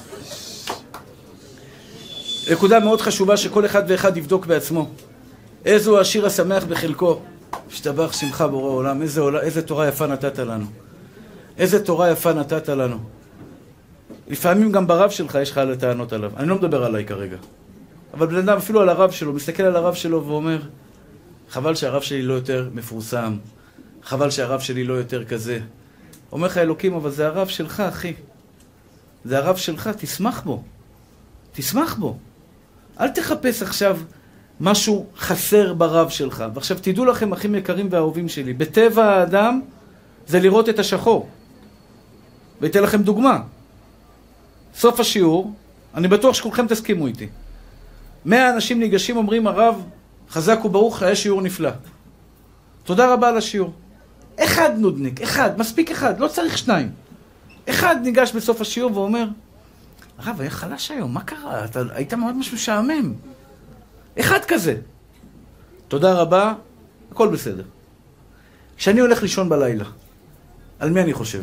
נקודה מאוד חשובה שכל אחד ואחד יבדוק בעצמו. איזו השיר השמח בחלקו. שתבח שמך בורא עולם. איזה, איזה תורה יפה נתת לנו. איזה תורה יפה נתת לנו. לפעמים גם ברב שלך יש לך על הטענות עליו. אני לא מדבר עליי כרגע. אבל בן אדם אפילו על הרב שלו, מסתכל על הרב שלו ואומר, חבל שהרב שלי לא יותר מפורסם. חבל שהרב שלי לא יותר כזה. אומר לך אלוקים, אבל זה הרב שלך, אחי. זה הרב שלך, תשמח בו. תשמח בו. אל תחפש עכשיו משהו חסר ברב שלך. ועכשיו תדעו לכם, אחים יקרים ואהובים שלי, בטבע האדם זה לראות את השחור. ואתן לכם דוגמה. סוף השיעור, אני בטוח שכולכם תסכימו איתי. מאה אנשים ניגשים, אומרים, הרב, חזק וברוך, היה שיעור נפלא. תודה רבה על השיעור. אחד נודניק, אחד, מספיק אחד, לא צריך שניים. אחד ניגש בסוף השיעור ואומר, הרב, היה חלש היום, מה קרה? אתה היית מאוד משהו שעמם. אחד כזה. תודה רבה, הכל בסדר. כשאני הולך לישון בלילה, על מי אני חושב?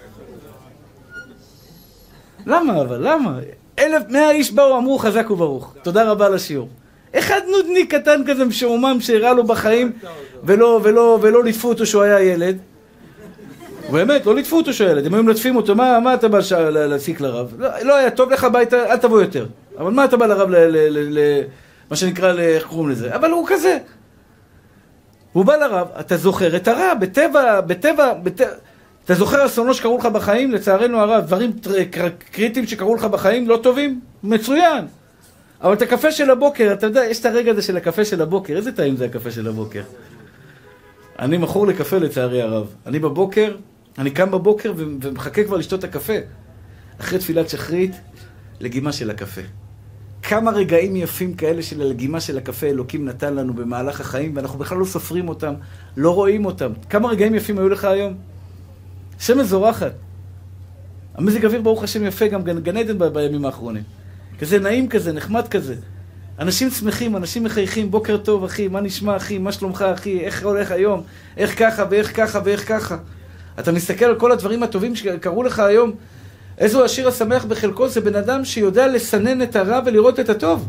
למה אבל? למה? אלף מאה איש באו, אמרו חזק וברוך. תודה רבה על השיעור. אחד נודניק קטן כזה משעומם שהראה לו בחיים ולא, ולא, ולא ליטפו אותו שהוא היה ילד. באמת, לא ליטפו אותו שהוא ילד. הם היו מלטפים אותו, מה, מה אתה בא להסיק לרב? לא, לא היה טוב לך ביתה, אל תבוא יותר. אבל מה אתה בא לרב ל... ל, ל, ל מה שנקרא, איך קוראים לזה? אבל הוא כזה. הוא בא לרב, אתה זוכר את הרע, בטבע, בטבע, בטבע, אתה זוכר אסונות שקראו לך בחיים? לצערנו הרב, דברים קריטיים שקראו לך בחיים לא טובים? מצוין. אבל את הקפה של הבוקר, אתה יודע, יש את הרגע הזה של הקפה של הבוקר, איזה טעים זה הקפה של הבוקר? אני מכור לקפה לצערי הרב. אני בבוקר, אני קם בבוקר ומחכה כבר לשתות את הקפה. אחרי תפילת שחרית, לגימה של הקפה. כמה רגעים יפים כאלה של הלגימה של הקפה אלוקים נתן לנו במהלך החיים, ואנחנו בכלל לא סופרים אותם, לא רואים אותם. כמה רגעים יפים היו לך היום? שמש זורחת. המזג אוויר ברוך השם יפה, גם גן עדן ב- בימים האחרונים. כזה נעים כזה, נחמד כזה. אנשים שמחים, אנשים מחייכים, בוקר טוב אחי, מה נשמע אחי, מה שלומך אחי, איך הולך היום, איך ככה ואיך ככה ואיך ככה. אתה מסתכל על כל הדברים הטובים שקראו לך היום, איזו השיר השמח בחלקו, זה בן אדם שיודע לסנן את הרע ולראות את הטוב.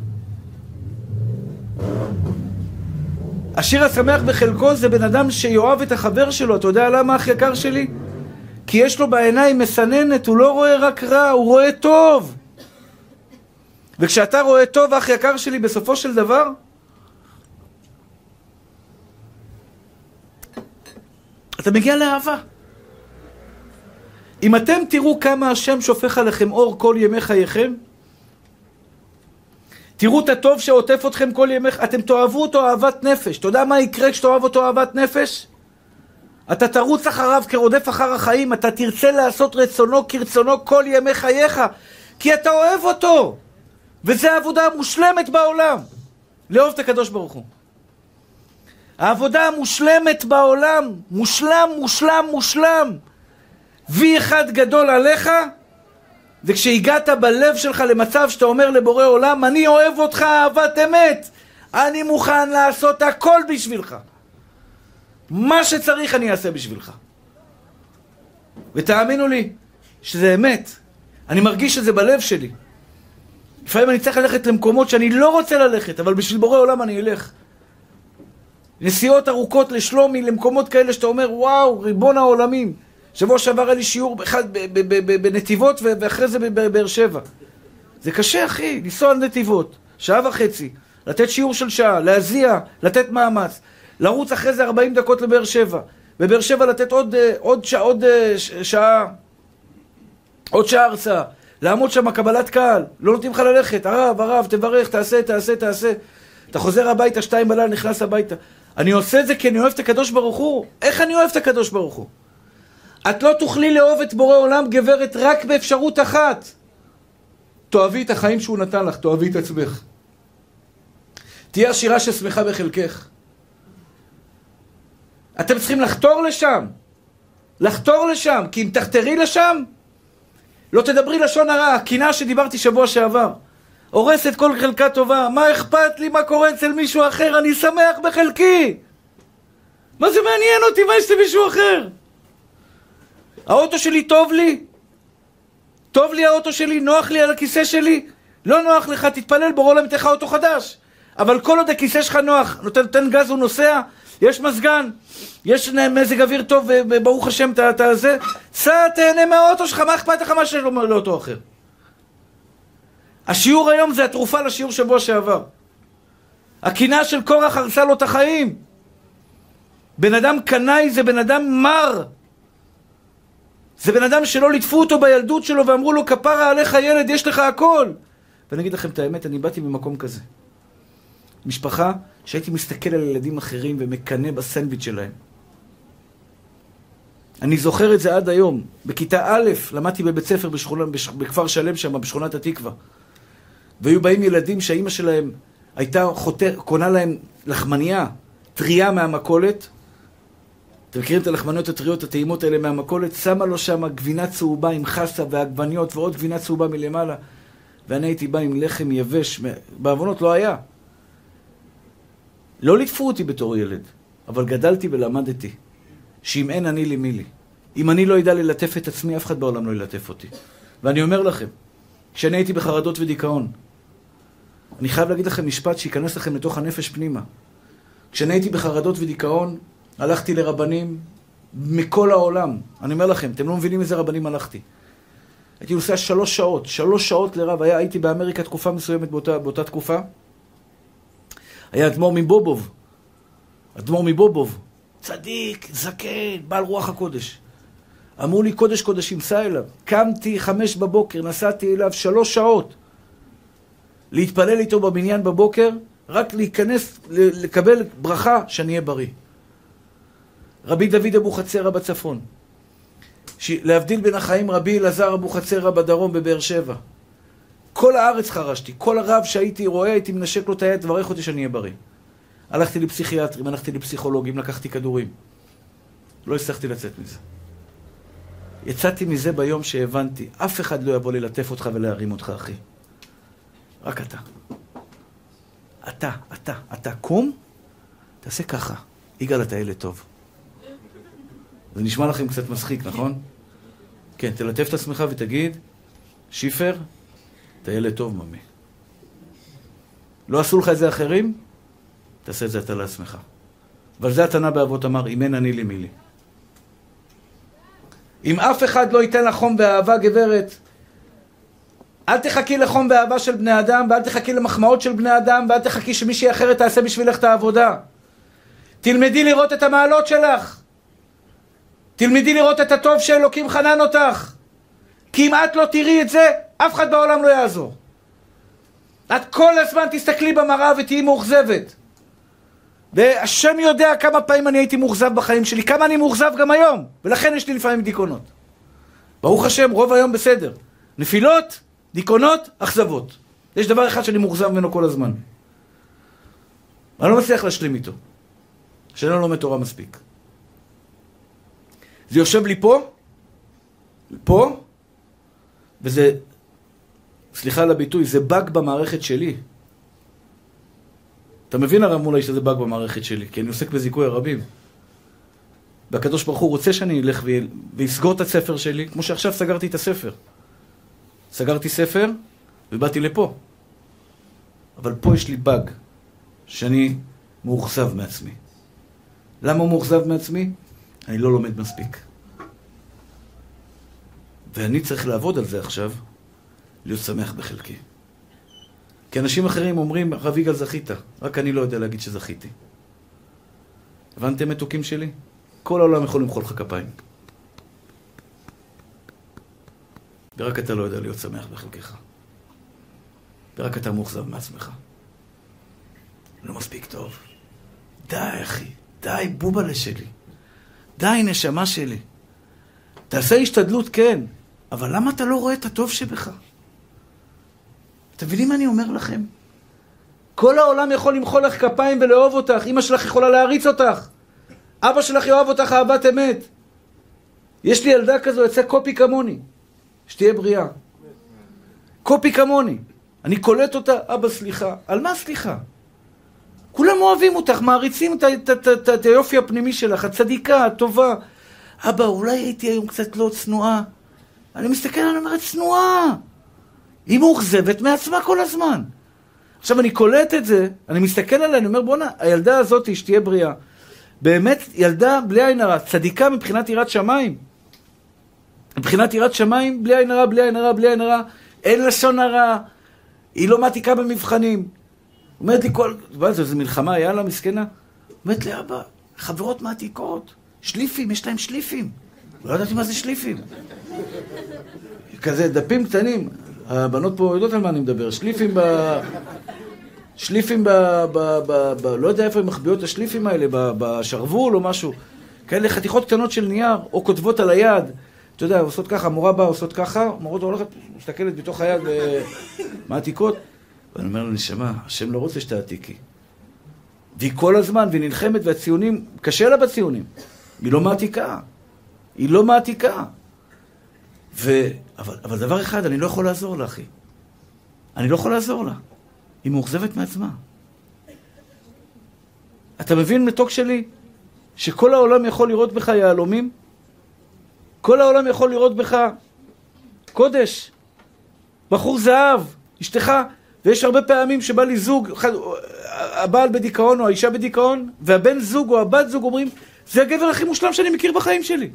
השיר השמח בחלקו זה בן אדם שיואב את החבר שלו. אתה יודע למה אח יקר שלי? כי יש לו בעיניים מסננת, הוא לא רואה רק רע, הוא רואה טוב. וכשאתה רואה טוב, אח יקר שלי, בסופו של דבר, אתה מגיע לאהבה. אם אתם תראו כמה השם שופך עליכם אור כל ימי חייכם, תראו את הטוב שעוטף אתכם כל ימי, אתם תאהבו אותו אהבת נפש. אתה יודע מה יקרה כשתאהב אותו אהבת נפש? אתה תרוץ אחריו כרודף אחר החיים, אתה תרצה לעשות רצונו כרצונו כל ימי חייך, כי אתה אוהב אותו. וזו העבודה המושלמת בעולם, לאהוב את הקדוש ברוך הוא. העבודה המושלמת בעולם, מושלם, מושלם, מושלם. וי אחד גדול עליך, וכשהגעת בלב שלך למצב שאתה אומר לבורא עולם, אני אוהב אותך אהבת אמת, אני מוכן לעשות הכל בשבילך. מה שצריך אני אעשה בשבילך. ותאמינו לי שזה אמת. אני מרגיש שזה בלב שלי. לפעמים אני צריך ללכת למקומות שאני לא רוצה ללכת, אבל בשביל בורא עולם אני אלך. נסיעות ארוכות לשלומי, למקומות כאלה שאתה אומר, וואו, ריבון העולמים. שבוע שעבר היה לי שיעור אחד בנתיבות ואחרי זה בבאר שבע. זה קשה אחי, לנסוע על נתיבות, שעה וחצי, לתת שיעור של שעה, להזיע, לתת מאמץ, לרוץ אחרי זה ארבעים דקות לבאר שבע, בבאר שבע לתת עוד, עוד, שעה, עוד שעה, עוד שעה הרצאה, לעמוד שם קבלת קהל, לא נותנים לך ללכת, הרב, הרב, תברך, תעשה, תעשה, תעשה. אתה חוזר הביתה, שתיים בלילה, נכנס הביתה. אני עושה את זה כי אני אוהב את הקדוש ברוך הוא. איך אני אוהב את הקדוש ברוך הוא? את לא תוכלי לאהוב את בורא עולם גברת רק באפשרות אחת. תאהבי את החיים שהוא נתן לך, תאהבי את עצמך. תהיה עשירה ששמחה בחלקך. אתם צריכים לחתור לשם. לחתור לשם, כי אם תחתרי לשם, לא תדברי לשון הרע. הקנאה שדיברתי שבוע שעבר. הורסת כל חלקה טובה. מה אכפת לי מה קורה אצל מישהו אחר? אני שמח בחלקי. מה זה מעניין אותי? מה יש לי מישהו אחר? האוטו שלי טוב לי? טוב לי האוטו שלי? נוח לי על הכיסא שלי? לא נוח לך, תתפלל, בורא עולם ייתן לך אוטו חדש. אבל כל עוד הכיסא שלך נוח, נותן, נותן גז ונוסע, יש מזגן, יש מזג אוויר טוב, וברוך השם אתה זה, סע, תהנה מהאוטו שלך, מה אכפת לך מה שיש לאוטו אחר? השיעור היום זה התרופה לשיעור שבוע שעבר. הקנאה של קורח הרסה לו את החיים. בן אדם קנאי זה בן אדם מר. זה בן אדם שלא ליטפו אותו בילדות שלו ואמרו לו, כפרה עליך ילד, יש לך הכל. ואני אגיד לכם את האמת, אני באתי ממקום כזה. משפחה שהייתי מסתכל על ילדים אחרים ומקנה בסנדוויץ' שלהם. אני זוכר את זה עד היום. בכיתה א', למדתי בבית ספר בשכונה, בכפר שלם שם, בשכונת התקווה. והיו באים ילדים שהאימא שלהם הייתה חותר, קונה להם לחמניה, טריה מהמכולת. אתם מכירים את הלחמניות הטריות, הטעימות האלה מהמכולת? שמה לו שם גבינה צהובה עם חסה ועגבניות ועוד גבינה צהובה מלמעלה. ואני הייתי בא עם לחם יבש, בעוונות לא היה. לא ליטפו אותי בתור ילד, אבל גדלתי ולמדתי שאם אין אני לי מי לי. אם אני לא ידע ללטף את עצמי, אף אחד בעולם לא ילטף אותי. ואני אומר לכם, כשאני הייתי בחרדות ודיכאון, אני חייב להגיד לכם משפט שיכנס לכם לתוך הנפש פנימה. כשאני הייתי בחרדות ודיכאון, הלכתי לרבנים מכל העולם. אני אומר לכם, אתם לא מבינים איזה רבנים הלכתי. הייתי עושה שלוש שעות, שלוש שעות לרב. היה, הייתי באמריקה תקופה מסוימת באותה, באותה תקופה. היה אדמו"ר מבובוב. אדמו"ר מבובוב. צדיק, זקן, בעל רוח הקודש. אמרו לי, קודש קודשים, סע אליו. קמתי חמש בבוקר, נסעתי אליו שלוש שעות. להתפלל איתו בבניין בבוקר, רק להיכנס, לקבל ברכה שאני אהיה בריא. רבי דוד אבוחצירא בצפון. להבדיל בין החיים רבי אלעזר אבוחצירא בדרום בבאר שבע. כל הארץ חרשתי, כל הרב שהייתי רואה, הייתי מנשק לו את היד, תברך אותי שאני אהיה בריא. הלכתי לפסיכיאטרים, הלכתי לפסיכולוגים, לקחתי כדורים. לא הצלחתי לצאת מזה. יצאתי מזה ביום שהבנתי, אף אחד לא יבוא ללטף אותך ולהרים אותך, אחי. רק אתה. אתה, אתה, אתה קום, תעשה ככה. יגאל, אתה ילד טוב. זה נשמע לכם קצת מצחיק, נכון? כן, תלטף את עצמך ותגיד, שיפר, אתה ילד טוב, ממי. לא עשו לך את זה אחרים? תעשה את זה אתה לעצמך. אבל זה התנא באבות אמר, אם אין אני לי מי לי. אם אף אחד לא ייתן לך חום ואהבה, גברת, אל תחכי לחום ואהבה של בני אדם, ואל תחכי למחמאות של בני אדם, ואל תחכי שמישהי אחרת תעשה בשבילך את העבודה. תלמדי לראות את המעלות שלך. תלמדי לראות את הטוב שאלוקים חנן אותך. כי אם את לא תראי את זה, אף אחד בעולם לא יעזור. את כל הזמן תסתכלי במראה ותהיי מאוכזבת. והשם יודע כמה פעמים אני הייתי מאוכזב בחיים שלי, כמה אני מאוכזב גם היום. ולכן יש לי לפעמים דיכאונות. ברוך השם, רוב היום בסדר. נפילות, דיכאונות, אכזבות. יש דבר אחד שאני מאוכזב ממנו כל הזמן. אני לא מצליח להשלים איתו. שאני לא לומד תורה מספיק. זה יושב לי פה, פה, וזה, סליחה על הביטוי, זה באג במערכת שלי. אתה מבין הרב מולי שזה באג במערכת שלי, כי אני עוסק בזיכוי הרבים. והקדוש ברוך הוא רוצה שאני אלך ויסגור את הספר שלי, כמו שעכשיו סגרתי את הספר. סגרתי ספר ובאתי לפה. אבל פה יש לי באג, שאני מאוכזב מעצמי. למה הוא מאוכזב מעצמי? אני לא לומד מספיק. ואני צריך לעבוד על זה עכשיו, להיות שמח בחלקי. כי אנשים אחרים אומרים, רב יגאל זכית, רק אני לא יודע להגיד שזכיתי. הבנתם מתוקים שלי? כל העולם יכול למחוא לך כפיים. ורק אתה לא יודע להיות שמח בחלקך. ורק אתה מאוכזב מעצמך. לא מספיק טוב. די, אחי. די, בובלה שלי. די, נשמה שלי. תעשה השתדלות, כן. אבל למה אתה לא רואה את הטוב שבך? אתם מבינים מה אני אומר לכם? כל העולם יכול למחוא לך כפיים ולאהוב אותך. אמא שלך יכולה להריץ אותך. אבא שלך יאהב אותך אהבת אמת. יש לי ילדה כזו, יצא קופי כמוני. שתהיה בריאה. קופי כמוני. אני קולט אותה, אבא סליחה. על מה סליחה? כולם אוהבים אותך, מעריצים את היופי הפנימי שלך, הצדיקה, הטובה. אבא, אולי הייתי היום קצת לא צנועה. אני מסתכל, אני אומרת, צנועה. היא מאוכזבת מעצמה כל הזמן. עכשיו אני קולט את זה, אני מסתכל עליה, אני אומר, בוא'נה, הילדה הזאת שתהיה בריאה. באמת ילדה בלי עין הרע, צדיקה מבחינת יראת שמיים. מבחינת יראת שמיים, בלי עין הרע, בלי עין הרע, בלי עין הרע. אין לשון הרע. היא לא מעתיקה במבחנים. אומרת לי כל... זו מלחמה, היה לה מסכנה. אומרת לי, אבא, חברות מעתיקות. שליפים, יש להם שליפים. לא ידעתי מה זה שליפים. כזה דפים קטנים. הבנות פה יודעות על מה אני מדבר. שליפים ב... שליפים ב... ב, ב, ב לא יודע איפה הם מחביאות את השליפים האלה, בשרוול או משהו. כאלה חתיכות קטנות של נייר, או כותבות על היד. אתה יודע, עושות ככה, המורה באה, עושות ככה, המורה הולכת, מסתכלת בתוך היד מעתיקות. ואני אומר לה, נשמה, השם לא רוצה שתעתיקי. והיא כל הזמן, והיא נלחמת, והציונים, קשה לה בציונים. היא לא מעתיקה. היא לא מעתיקה. ו... אבל, אבל דבר אחד, אני לא יכול לעזור לה, אחי. אני לא יכול לעזור לה. היא מאוכזבת מעצמה. אתה מבין מתוק שלי? שכל העולם יכול לראות בך יהלומים? כל העולם יכול לראות בך קודש, בחור זהב, אשתך, ויש הרבה פעמים שבא לי זוג, הבעל בדיכאון או האישה בדיכאון, והבן זוג או הבת זוג אומרים, זה הגבר הכי מושלם שאני מכיר בחיים שלי.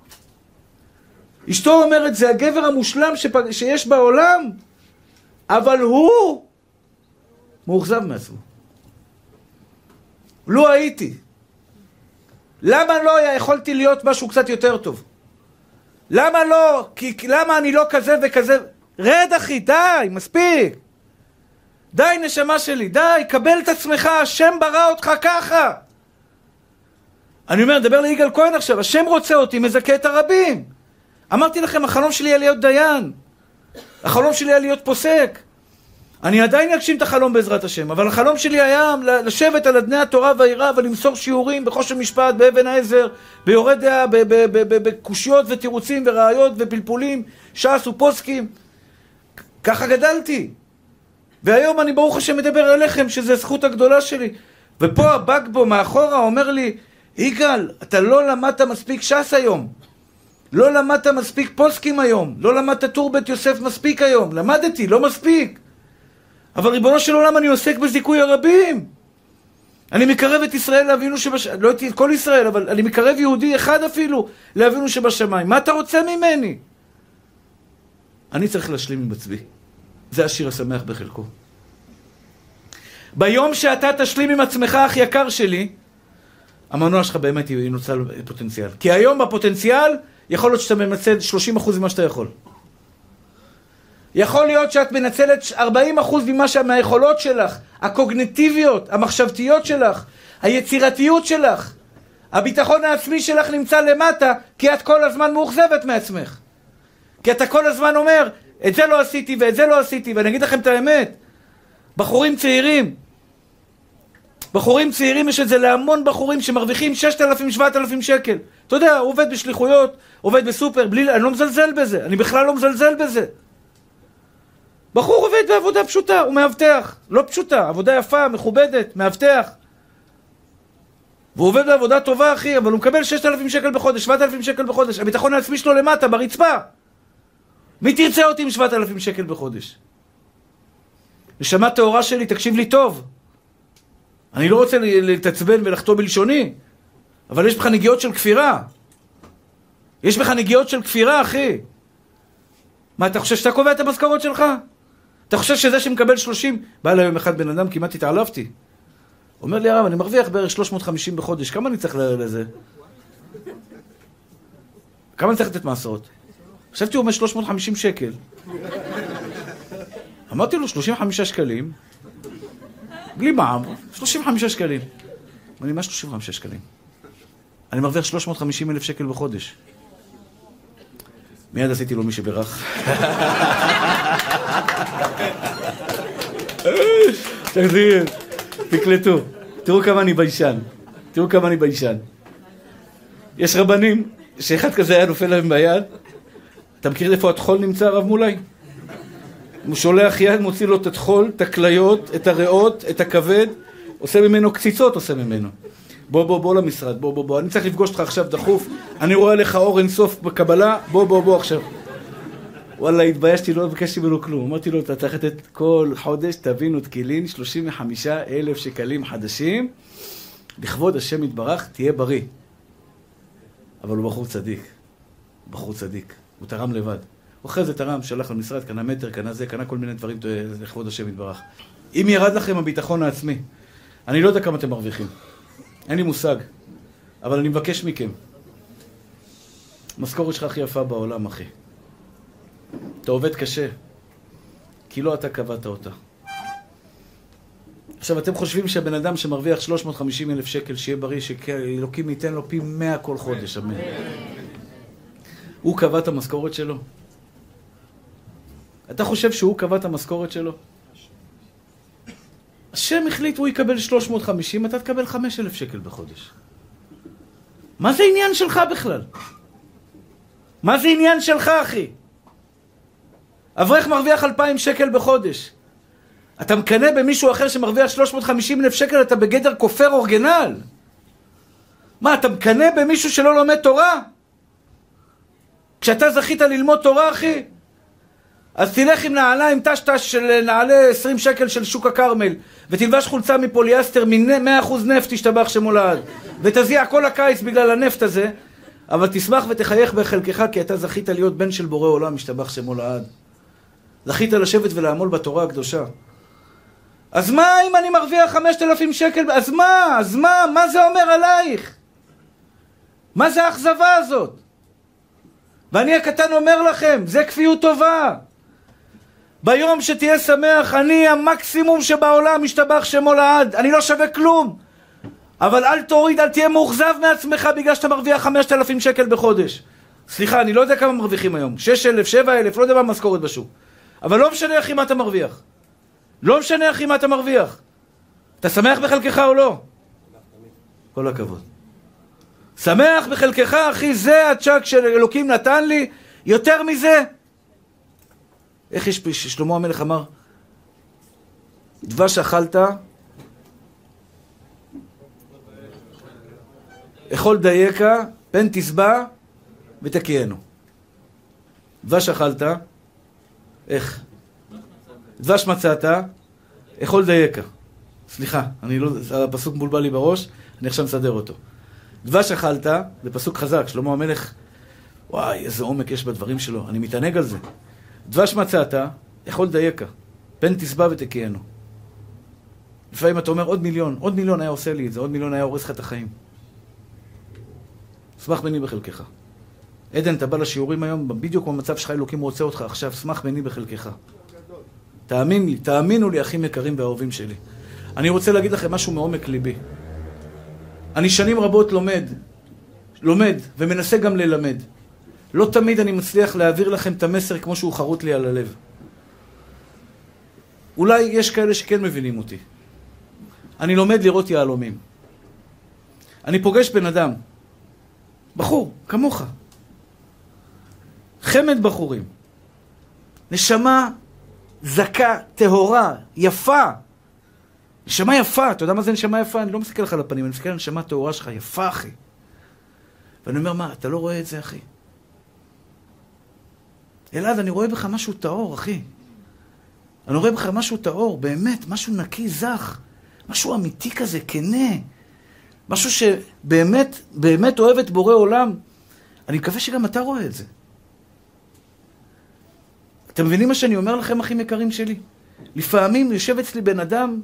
אשתו אומרת, זה הגבר המושלם שפ... שיש בעולם, אבל הוא מאוכזב מעצמו. לא הייתי. למה לא יכולתי להיות משהו קצת יותר טוב? למה לא? כי, למה אני לא כזה וכזה? רד אחי, די, מספיק. די נשמה שלי, די, קבל את עצמך, השם ברא אותך ככה. אני אומר, דבר ליגאל כהן עכשיו, השם רוצה אותי, מזכה את הרבים. אמרתי לכם, החלום שלי היה להיות דיין. החלום שלי היה להיות פוסק. אני עדיין אגשים את החלום בעזרת השם, אבל החלום שלי היה לשבת על אדני התורה והיראה ולמסור שיעורים בחושן משפט, באבן העזר, ביורד דעה, בקושיות ותירוצים וראיות ופלפולים, ש"ס ופוסקים. ככה גדלתי. והיום אני ברוך השם מדבר עליכם, שזה הזכות הגדולה שלי. ופה הבקבו מאחורה אומר לי, יגאל, אתה לא למדת מספיק ש"ס היום. לא למדת מספיק פוסקים היום. לא למדת טור בית יוסף מספיק היום. למדתי, לא מספיק. אבל ריבונו של עולם, אני עוסק בזיכוי הרבים. אני מקרב את ישראל לאבינו שבשמיים. לא את כל ישראל, אבל אני מקרב יהודי אחד אפילו לאבינו שבשמיים. מה אתה רוצה ממני? אני צריך להשלים עם עצמי. זה השיר השמח בחלקו. ביום שאתה תשלים עם עצמך, אח יקר שלי, המנוע שלך באמת ינוצל פוטנציאל. כי היום בפוטנציאל, יכול להיות שאתה מנצל שלושים אחוז ממה שאתה יכול. יכול להיות שאת מנצלת ארבעים אחוז ממה מהיכולות שלך, הקוגניטיביות, המחשבתיות שלך, היצירתיות שלך. הביטחון העצמי שלך נמצא למטה, כי את כל הזמן מאוכזבת מעצמך. כי אתה כל הזמן אומר, את זה לא עשיתי ואת זה לא עשיתי, ואני אגיד לכם את האמת, בחורים צעירים, בחורים צעירים יש את זה להמון בחורים שמרוויחים ששת אלפים שבעת אלפים שקל. אתה יודע, הוא עובד בשליחויות, עובד בסופר, בלי, אני לא מזלזל בזה, אני בכלל לא מזלזל בזה. בחור עובד בעבודה פשוטה, הוא מאבטח, לא פשוטה, עבודה יפה, מכובדת, מאבטח. והוא עובד בעבודה טובה, אחי, אבל הוא מקבל ששת אלפים שקל בחודש, שבעת אלפים שקל בחודש, הביטחון העצמי שלו למטה, ברצפה. מי תרצה אותי עם שבעת אלפים שקל בחודש? נשמה טהורה שלי, תקשיב לי טוב. אני לא רוצה להתעצבן ולחטוא בלשוני, אבל יש בך נגיעות של כפירה. יש בך נגיעות של כפירה, אחי. מה, אתה חושב שאתה קובע את המשכורות שלך? אתה חושב שזה שמקבל שלושים? בא אליי יום אחד בן אדם, כמעט התעלפתי. אומר לי הרב, אני מרוויח בערך שלוש מאות וחמישים בחודש, כמה אני צריך לזה? כמה אני צריך לתת מעשרות? חשבתי הוא אומר שלוש מאות וחמישים שקל. אמרתי לו שלושים וחמישה שקלים, בלי מע"מ, שלושים וחמישה שקלים. אמר לי, מה שלושים וחמישה שקלים? אני מרוויח שלוש מאות וחמישים אלף שקל בחודש. מיד עשיתי לו מי שברך. תחזיר, תקלטו. תראו כמה אני ביישן. תראו כמה אני ביישן. יש רבנים שאחד כזה היה נופל להם ביד. אתה מכיר איפה התחול נמצא, הרב מולי? הוא שולח יד, מוציא לו את התחול, את הכליות, את הריאות, את הכבד, עושה ממנו קציצות, עושה ממנו. בוא, בוא, בוא למשרד, בוא, בוא, בוא. אני צריך לפגוש אותך עכשיו דחוף. אני רואה לך אור אינסוף בקבלה, בוא, בוא, בוא עכשיו. וואלה, התביישתי, לא בקשתי ממנו כלום. אמרתי לו, אתה צריך לתת כל חודש, תבינו, תקילין, שלושים וחמישה אלף שקלים חדשים, לכבוד השם יתברך, תהיה בריא. אבל הוא בחור צדיק. בחור צדיק. הוא תרם לבד. הוא אחרי זה תרם, שלח למשרד, קנה מטר, קנה זה, קנה כל מיני דברים לכבוד השם יתברך. אם ירד לכם הביטחון העצמי, אני לא יודע כמה אתם מרוויחים. אין לי מושג. אבל אני מבקש מכם. המשכורת שלך הכי יפה בעולם, אחי. אתה עובד קשה. כי לא אתה קבעת אותה. עכשיו, אתם חושבים שהבן אדם שמרוויח שלוש מאות וחמישים אלף שקל, שיהיה בריא, שאלוקים ייתן לו פי מאה כל חודש, אמן. הוא קבע את המשכורת שלו? אתה חושב שהוא קבע את המשכורת שלו? השם החליט, הוא יקבל שלוש מאות וחמישים, אתה תקבל חמשת אלפים שקל בחודש. מה זה עניין שלך בכלל? מה זה עניין שלך, אחי? אברך מרוויח אלפיים שקל בחודש. אתה מקנה במישהו אחר שמרוויח שלוש מאות וחמישים אלף שקל, אתה בגדר כופר אורגנל. מה, אתה מקנה במישהו שלא לומד תורה? כשאתה זכית ללמוד תורה, אחי, אז תלך עם נעליים, טשטש של נעלי עשרים שקל של שוק הכרמל, ותלבש חולצה מפוליאסטר, מ-מאה אחוז נפט תשתבח שמו לעד, ותזיע כל הקיץ בגלל הנפט הזה, אבל תשמח ותחייך בחלקך, כי אתה זכית להיות בן של בורא עולם, משתבח שמו לעד. זכית לשבת ולעמול בתורה הקדושה. אז מה אם אני מרוויח חמשת אלפים שקל? אז מה? אז מה? מה זה אומר עלייך? מה זה האכזבה הזאת? ואני הקטן אומר לכם, זה כפיות טובה. ביום שתהיה שמח, אני המקסימום שבעולם, משתבח שמו לעד. אני לא שווה כלום. אבל אל תוריד, אל תהיה מאוכזב מעצמך בגלל שאתה מרוויח חמשת אלפים שקל בחודש. סליחה, אני לא יודע כמה מרוויחים היום. שש אלף, שבע אלף, לא יודע מה משכורת בשוק. אבל לא משנה אחי מה אתה מרוויח. לא משנה אחי מה אתה מרוויח. אתה שמח בחלקך או לא? כל הכבוד. שמח בחלקך, אחי, זה הצ'ק של אלוקים נתן לי. יותר מזה, איך יש פה, שלמה המלך אמר, דבש אכלת, אכול דייקה, פן תשבע ותקיינו. דבש אכלת, איך? דבש מצאת, אכול דייקה. סליחה, אני לא, הפסוק מבולבל לי בראש, אני עכשיו מסדר אותו. דבש אכלת, זה פסוק חזק, שלמה המלך, וואי, איזה עומק יש בדברים שלו, אני מתענג על זה. דבש מצאת, אכול דייקה, פן תשבע ותקיינו. לפעמים אתה אומר, עוד מיליון, עוד מיליון היה עושה לי את זה, עוד מיליון היה הורס לך את החיים. שמח בני בחלקך. עדן, אתה בא לשיעורים היום, בדיוק במצב שלך אלוקים רוצה אותך עכשיו, שמח בני בחלקך. תאמין לי, תאמינו לי, אחים יקרים ואהובים שלי. אני רוצה להגיד לכם משהו מעומק ליבי. אני שנים רבות לומד, לומד ומנסה גם ללמד. לא תמיד אני מצליח להעביר לכם את המסר כמו שהוא חרוט לי על הלב. אולי יש כאלה שכן מבינים אותי. אני לומד לראות יהלומים. אני פוגש בן אדם, בחור, כמוך. חמד בחורים. נשמה זקה, טהורה, יפה. נשמה יפה, אתה יודע מה זה נשמה יפה? אני לא מסתכל לך על הפנים, אני מסתכל על נשמה טהורה שלך, יפה אחי. ואני אומר, מה, אתה לא רואה את זה אחי? אלעד, אני רואה בך משהו טהור אחי. אני רואה בך משהו טהור, באמת, משהו נקי, זך. משהו אמיתי כזה, כנה. משהו שבאמת, באמת אוהב את בורא עולם. אני מקווה שגם אתה רואה את זה. אתם מבינים מה שאני אומר לכם, אחים יקרים שלי? לפעמים יושב אצלי בן אדם,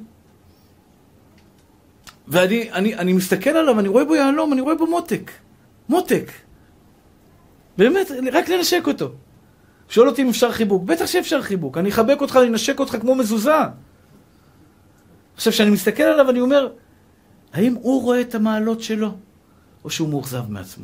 ואני אני, אני מסתכל עליו, אני רואה בו יהלום, אני רואה בו מותק. מותק. באמת, רק לנשק אותו. שואל אותי אם אפשר חיבוק. בטח שאפשר חיבוק. אני אחבק אותך, אני אנשק אותך כמו מזוזה. עכשיו, כשאני מסתכל עליו, אני אומר, האם הוא רואה את המעלות שלו, או שהוא מאוכזב מעצמו?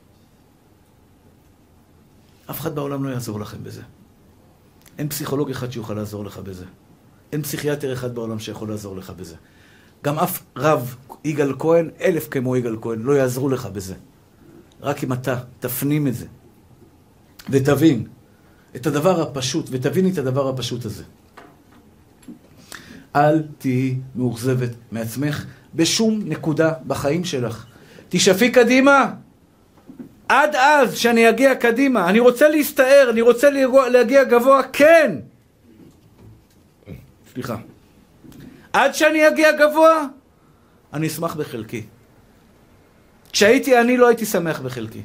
אף אחד בעולם לא יעזור לכם בזה. אין פסיכולוג אחד שיוכל לעזור לך בזה. אין פסיכיאטר אחד בעולם שיכול לעזור לך בזה. גם אף רב, יגאל כהן, אלף כמו יגאל כהן, לא יעזרו לך בזה. רק אם אתה תפנים את זה, ותבין את הדבר הפשוט, ותביני את הדבר הפשוט הזה. אל תהי מאוכזבת מעצמך בשום נקודה בחיים שלך. תשאפי קדימה. עד אז שאני אגיע קדימה. אני רוצה להסתער, אני רוצה להגיע גבוה, כן. סליחה. עד שאני אגיע גבוה, אני אשמח בחלקי. כשהייתי אני לא הייתי שמח בחלקי.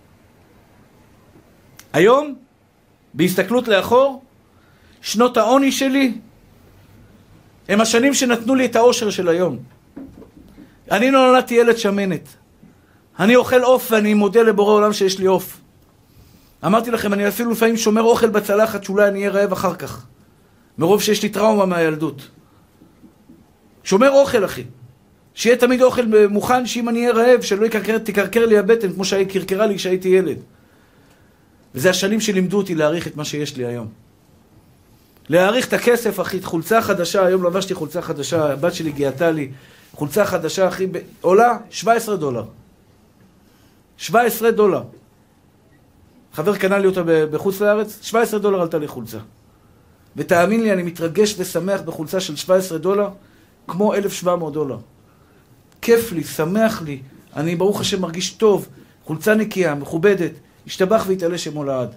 היום, בהסתכלות לאחור, שנות העוני שלי, הם השנים שנתנו לי את האושר של היום. אני לא נולדתי ילד שמנת. אני אוכל עוף ואני מודה לבורא עולם שיש לי עוף. אמרתי לכם, אני אפילו לפעמים שומר אוכל בצלחת שאולי אני אהיה רעב אחר כך. מרוב שיש לי טראומה מהילדות. שומר אוכל, אחי. שיהיה תמיד אוכל מוכן, שאם אני אהיה רעב, שלא יקרקר, תקרקר לי הבטן, כמו שהיא קרקרה לי כשהייתי ילד. וזה השנים שלימדו אותי להעריך את מה שיש לי היום. להעריך את הכסף, אחי, חולצה חדשה, היום לבשתי חולצה חדשה, הבת שלי גייתה לי, חולצה חדשה, אחי, ב... עולה שבעה עשר דולר. שבעה עשר דולר. חבר קנה לי אותה בחוץ לארץ, שבעה עשר דולר עלתה לי חולצה. ותאמין לי, אני מתרגש ושמח בחולצה של שבעה עשר דולר, כמו אלף ושבע מאות דולר. כיף לי, שמח לי, אני ברוך השם מרגיש טוב, חולצה נקייה, מכובדת, השתבח והתעלה שמו לעד.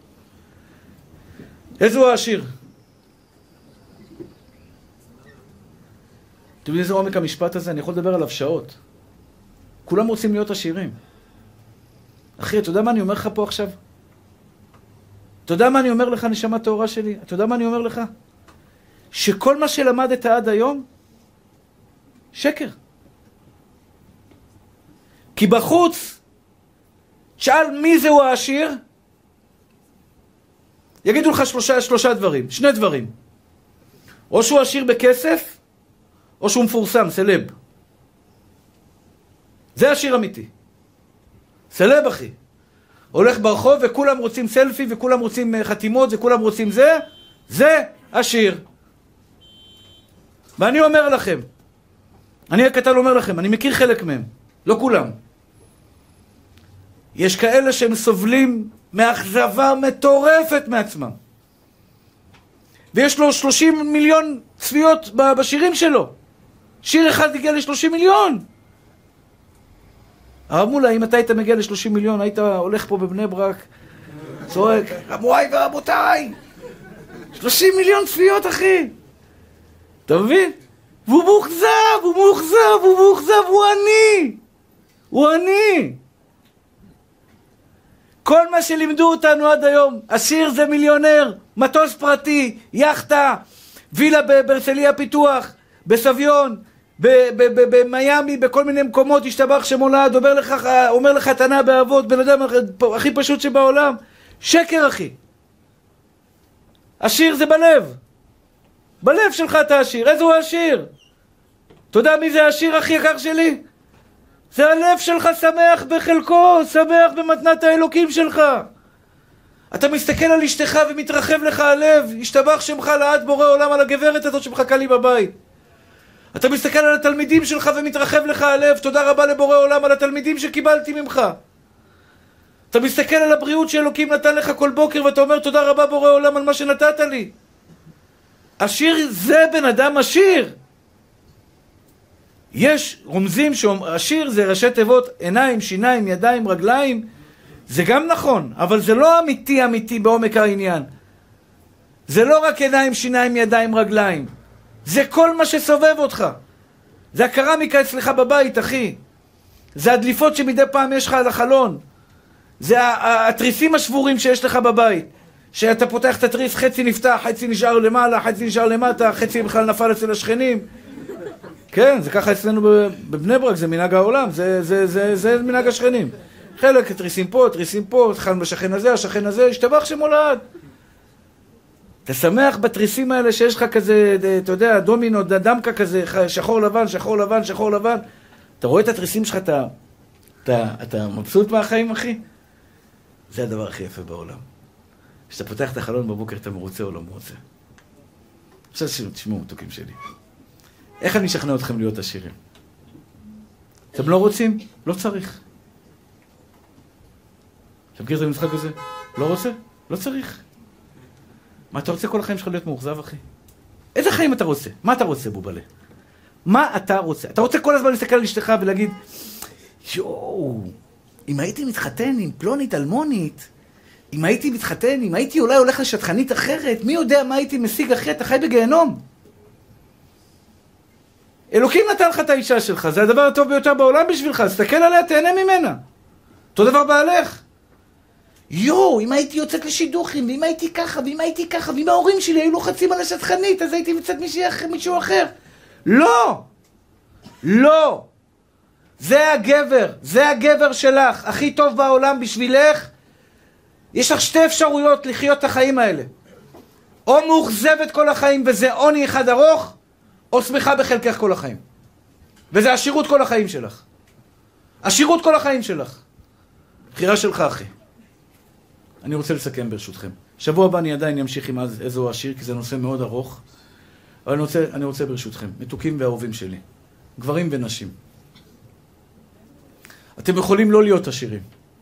איזה הוא העשיר? אתם יודעים איזה עומק המשפט הזה? אני יכול לדבר עליו שעות. כולם רוצים להיות עשירים. אחי, אתה יודע מה אני אומר לך פה עכשיו? אתה יודע מה אני אומר לך, נשמה טהורה שלי? אתה יודע מה אני אומר לך? שכל מה שלמדת עד היום, שקר. כי בחוץ, שאל מי זהו העשיר, יגידו לך שלושה, שלושה דברים, שני דברים. או שהוא עשיר בכסף, או שהוא מפורסם, סלב. זה עשיר אמיתי. סלב, אחי. הולך ברחוב וכולם רוצים סלפי, וכולם רוצים חתימות, וכולם רוצים זה, זה עשיר. ואני אומר לכם, אני הקטן אומר לכם, אני מכיר חלק מהם, לא כולם. יש כאלה שהם סובלים מאכזבה מטורפת מעצמם. ויש לו שלושים מיליון צפיות בשירים שלו. שיר אחד הגיע ל-שלושים מיליון. הרב מולה, אם אתה היית מגיע ל-שלושים מיליון, היית הולך פה בבני ברק, צועק, רבויי ורבותיי, שלושים מיליון צפיות, אחי. אתה מבין? והוא מוחזב, הוא מוחזב, הוא מוחזב, הוא עני. הוא עני. כל מה שלימדו אותנו עד היום, עשיר זה מיליונר, מטוס פרטי, יחטה, וילה בהרצליה פיתוח, בסביון, במיימי, בכל מיני מקומות, השתבח שמולד, אומר לך, אומר לך תנה באבות, בן אדם הכי פשוט שבעולם. שקר, אחי. עשיר זה בלב. בלב שלך אתה עשיר. איזה הוא עשיר? אתה יודע מי זה העשיר הכי יקר שלי? זה הלב שלך שמח בחלקו, שמח במתנת האלוקים שלך. אתה מסתכל על אשתך ומתרחב לך הלב, השתבח שמך לעד בורא עולם על הגברת הזאת שמחכה לי בבית. אתה מסתכל על התלמידים שלך ומתרחב לך הלב, תודה רבה לבורא עולם על התלמידים שקיבלתי ממך. אתה מסתכל על הבריאות שאלוקים נתן לך כל בוקר ואתה אומר תודה רבה בורא עולם על מה שנתת לי. עשיר זה בן אדם עשיר. יש רומזים שעשיר זה ראשי תיבות עיניים, שיניים, ידיים, רגליים. זה גם נכון, אבל זה לא אמיתי אמיתי בעומק העניין. זה לא רק עיניים, שיניים, ידיים, רגליים. זה כל מה שסובב אותך. זה הקרמיקה אצלך בבית, אחי. זה הדליפות שמדי פעם יש לך על החלון. זה התריסים השבורים שיש לך בבית. שאתה פותח את התריס, חצי נפתח, חצי נשאר למעלה, חצי נשאר למטה, חצי בכלל נפל אצל השכנים. כן, זה ככה אצלנו בבני ברק, זה מנהג העולם, זה, זה, זה, זה מנהג השכנים. חלק תריסים פה, תריסים פה, תחלנו בשכן הזה, השכן הזה, השתבח שמולד. אתה שמח בתריסים האלה שיש לך כזה, אתה יודע, דומינו, דמקה כזה, שחור לבן, שחור לבן, שחור לבן. אתה רואה את התריסים שלך, אתה, אתה, אתה מבסוט מהחיים, אחי? זה הדבר הכי יפה בעולם. כשאתה פותח את החלון בבוקר, אתה מרוצה או לא מרוצה. עכשיו תשמעו, מתוקים שלי. איך אני אשכנע אתכם להיות עשירים? אתם לא רוצים? לא צריך. אתה מכיר את המשחק הזה? לא רוצה? לא צריך. מה אתה רוצה כל החיים שלך להיות מאוכזב, אחי? איזה חיים אתה רוצה? מה אתה רוצה, בובלה? מה אתה רוצה? אתה רוצה כל הזמן להסתכל על אשתך ולהגיד, יואו, אם הייתי מתחתן עם פלונית אלמונית, אם הייתי מתחתן, אם הייתי אולי הולך לשטחנית אחרת, מי יודע מה הייתי משיג אחרת? אתה חי בגיהנום. אלוקים נתן לך את האישה שלך, זה הדבר הטוב ביותר בעולם בשבילך, תסתכל עליה, תהנה ממנה. אותו דבר בעלך. יואו, אם הייתי יוצאת לשידוכים, ואם הייתי ככה, ואם הייתי ככה, ואם ההורים שלי היו לוחצים על השטחנית, אז הייתי מצאת מישהו אחר. לא! לא! זה הגבר, זה הגבר שלך, הכי טוב בעולם בשבילך. יש לך שתי אפשרויות לחיות את החיים האלה. או מאוכזבת כל החיים וזה עוני אחד ארוך, או שמחה בחלקך כל החיים. וזה עשירות כל החיים שלך. עשירות כל החיים שלך. בחירה שלך, אחי. אני רוצה לסכם ברשותכם. שבוע הבא אני עדיין אמשיך עם איזו עשיר, כי זה נושא מאוד ארוך. אבל אני רוצה, אני רוצה ברשותכם, מתוקים ואהובים שלי, גברים ונשים. אתם יכולים לא להיות עשירים.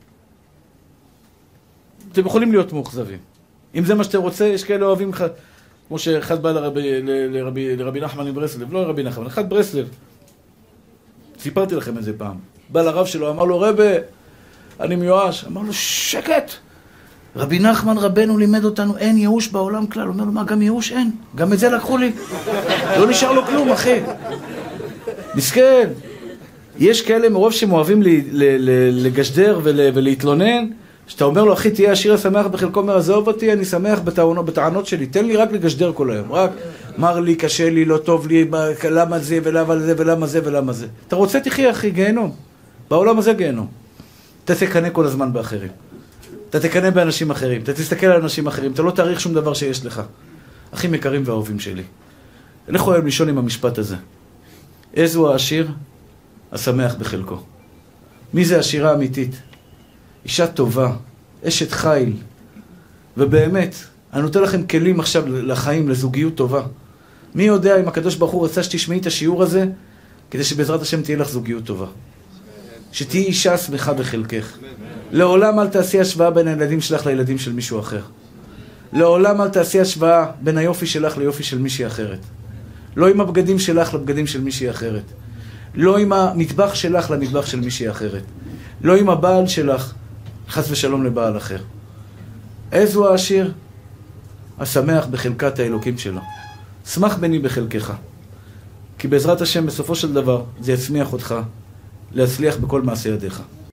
אתם יכולים להיות מאוכזבים. אם זה מה שאתם רוצה, יש כאלה אוהבים לך, כמו שאחד בא לרבי, לרבי, לרבי נחמן מברסלב, לא לרבי נחמן, אחד ברסלב. סיפרתי לכם את זה פעם. בא לרב שלו, אמר לו, רבי, אני מיואש. אמר לו, שקט. רבי נחמן רבנו לימד אותנו, אין ייאוש בעולם כלל. אומר לו, מה, גם ייאוש אין? גם את זה לקחו לי. לא נשאר לו כלום, אחי. מסכן. יש כאלה מרוב שהם אוהבים לגשדר ולהתלונן, שאתה אומר לו, אחי, תהיה עשיר השמח בחלקו, אומר, עזוב אותי, אני שמח בטענות שלי, תן לי רק לגשדר כל היום, רק מר לי, קשה לי, לא טוב לי, למה זה ולמה זה ולמה זה ולמה זה. אתה רוצה תחיה, אחי, גיהנום. בעולם הזה גיהנום. אתה תקנה כל הזמן באחרים. אתה תקנה באנשים אחרים, אתה תסתכל על אנשים אחרים, אתה לא תעריך שום דבר שיש לך. אחים יקרים ואהובים שלי. אני יכול היום לישון עם המשפט הזה. איזו העשיר? השמח בחלקו. מי זה עשירה אמיתית? אישה טובה, אשת חיל. ובאמת, אני נותן לכם כלים עכשיו לחיים, לזוגיות טובה. מי יודע אם הקדוש ברוך הוא רצה שתשמעי את השיעור הזה, כדי שבעזרת השם תהיה לך זוגיות טובה. שתהי אישה שמחה בחלקך. לעולם אל תעשי השוואה בין הילדים שלך לילדים של מישהו אחר. לעולם אל תעשי השוואה בין היופי שלך ליופי של מישהי אחרת. לא עם הבגדים שלך לבגדים של מישהי אחרת. לא עם המטבח שלך למטבח של מישהי אחרת. לא עם הבעל שלך, חס ושלום לבעל אחר. איזו העשיר? השמח בחלקת האלוקים שלו. שמח בני בחלקך. כי בעזרת השם בסופו של דבר זה יצמיח אותך להצליח בכל מעשה ידיך.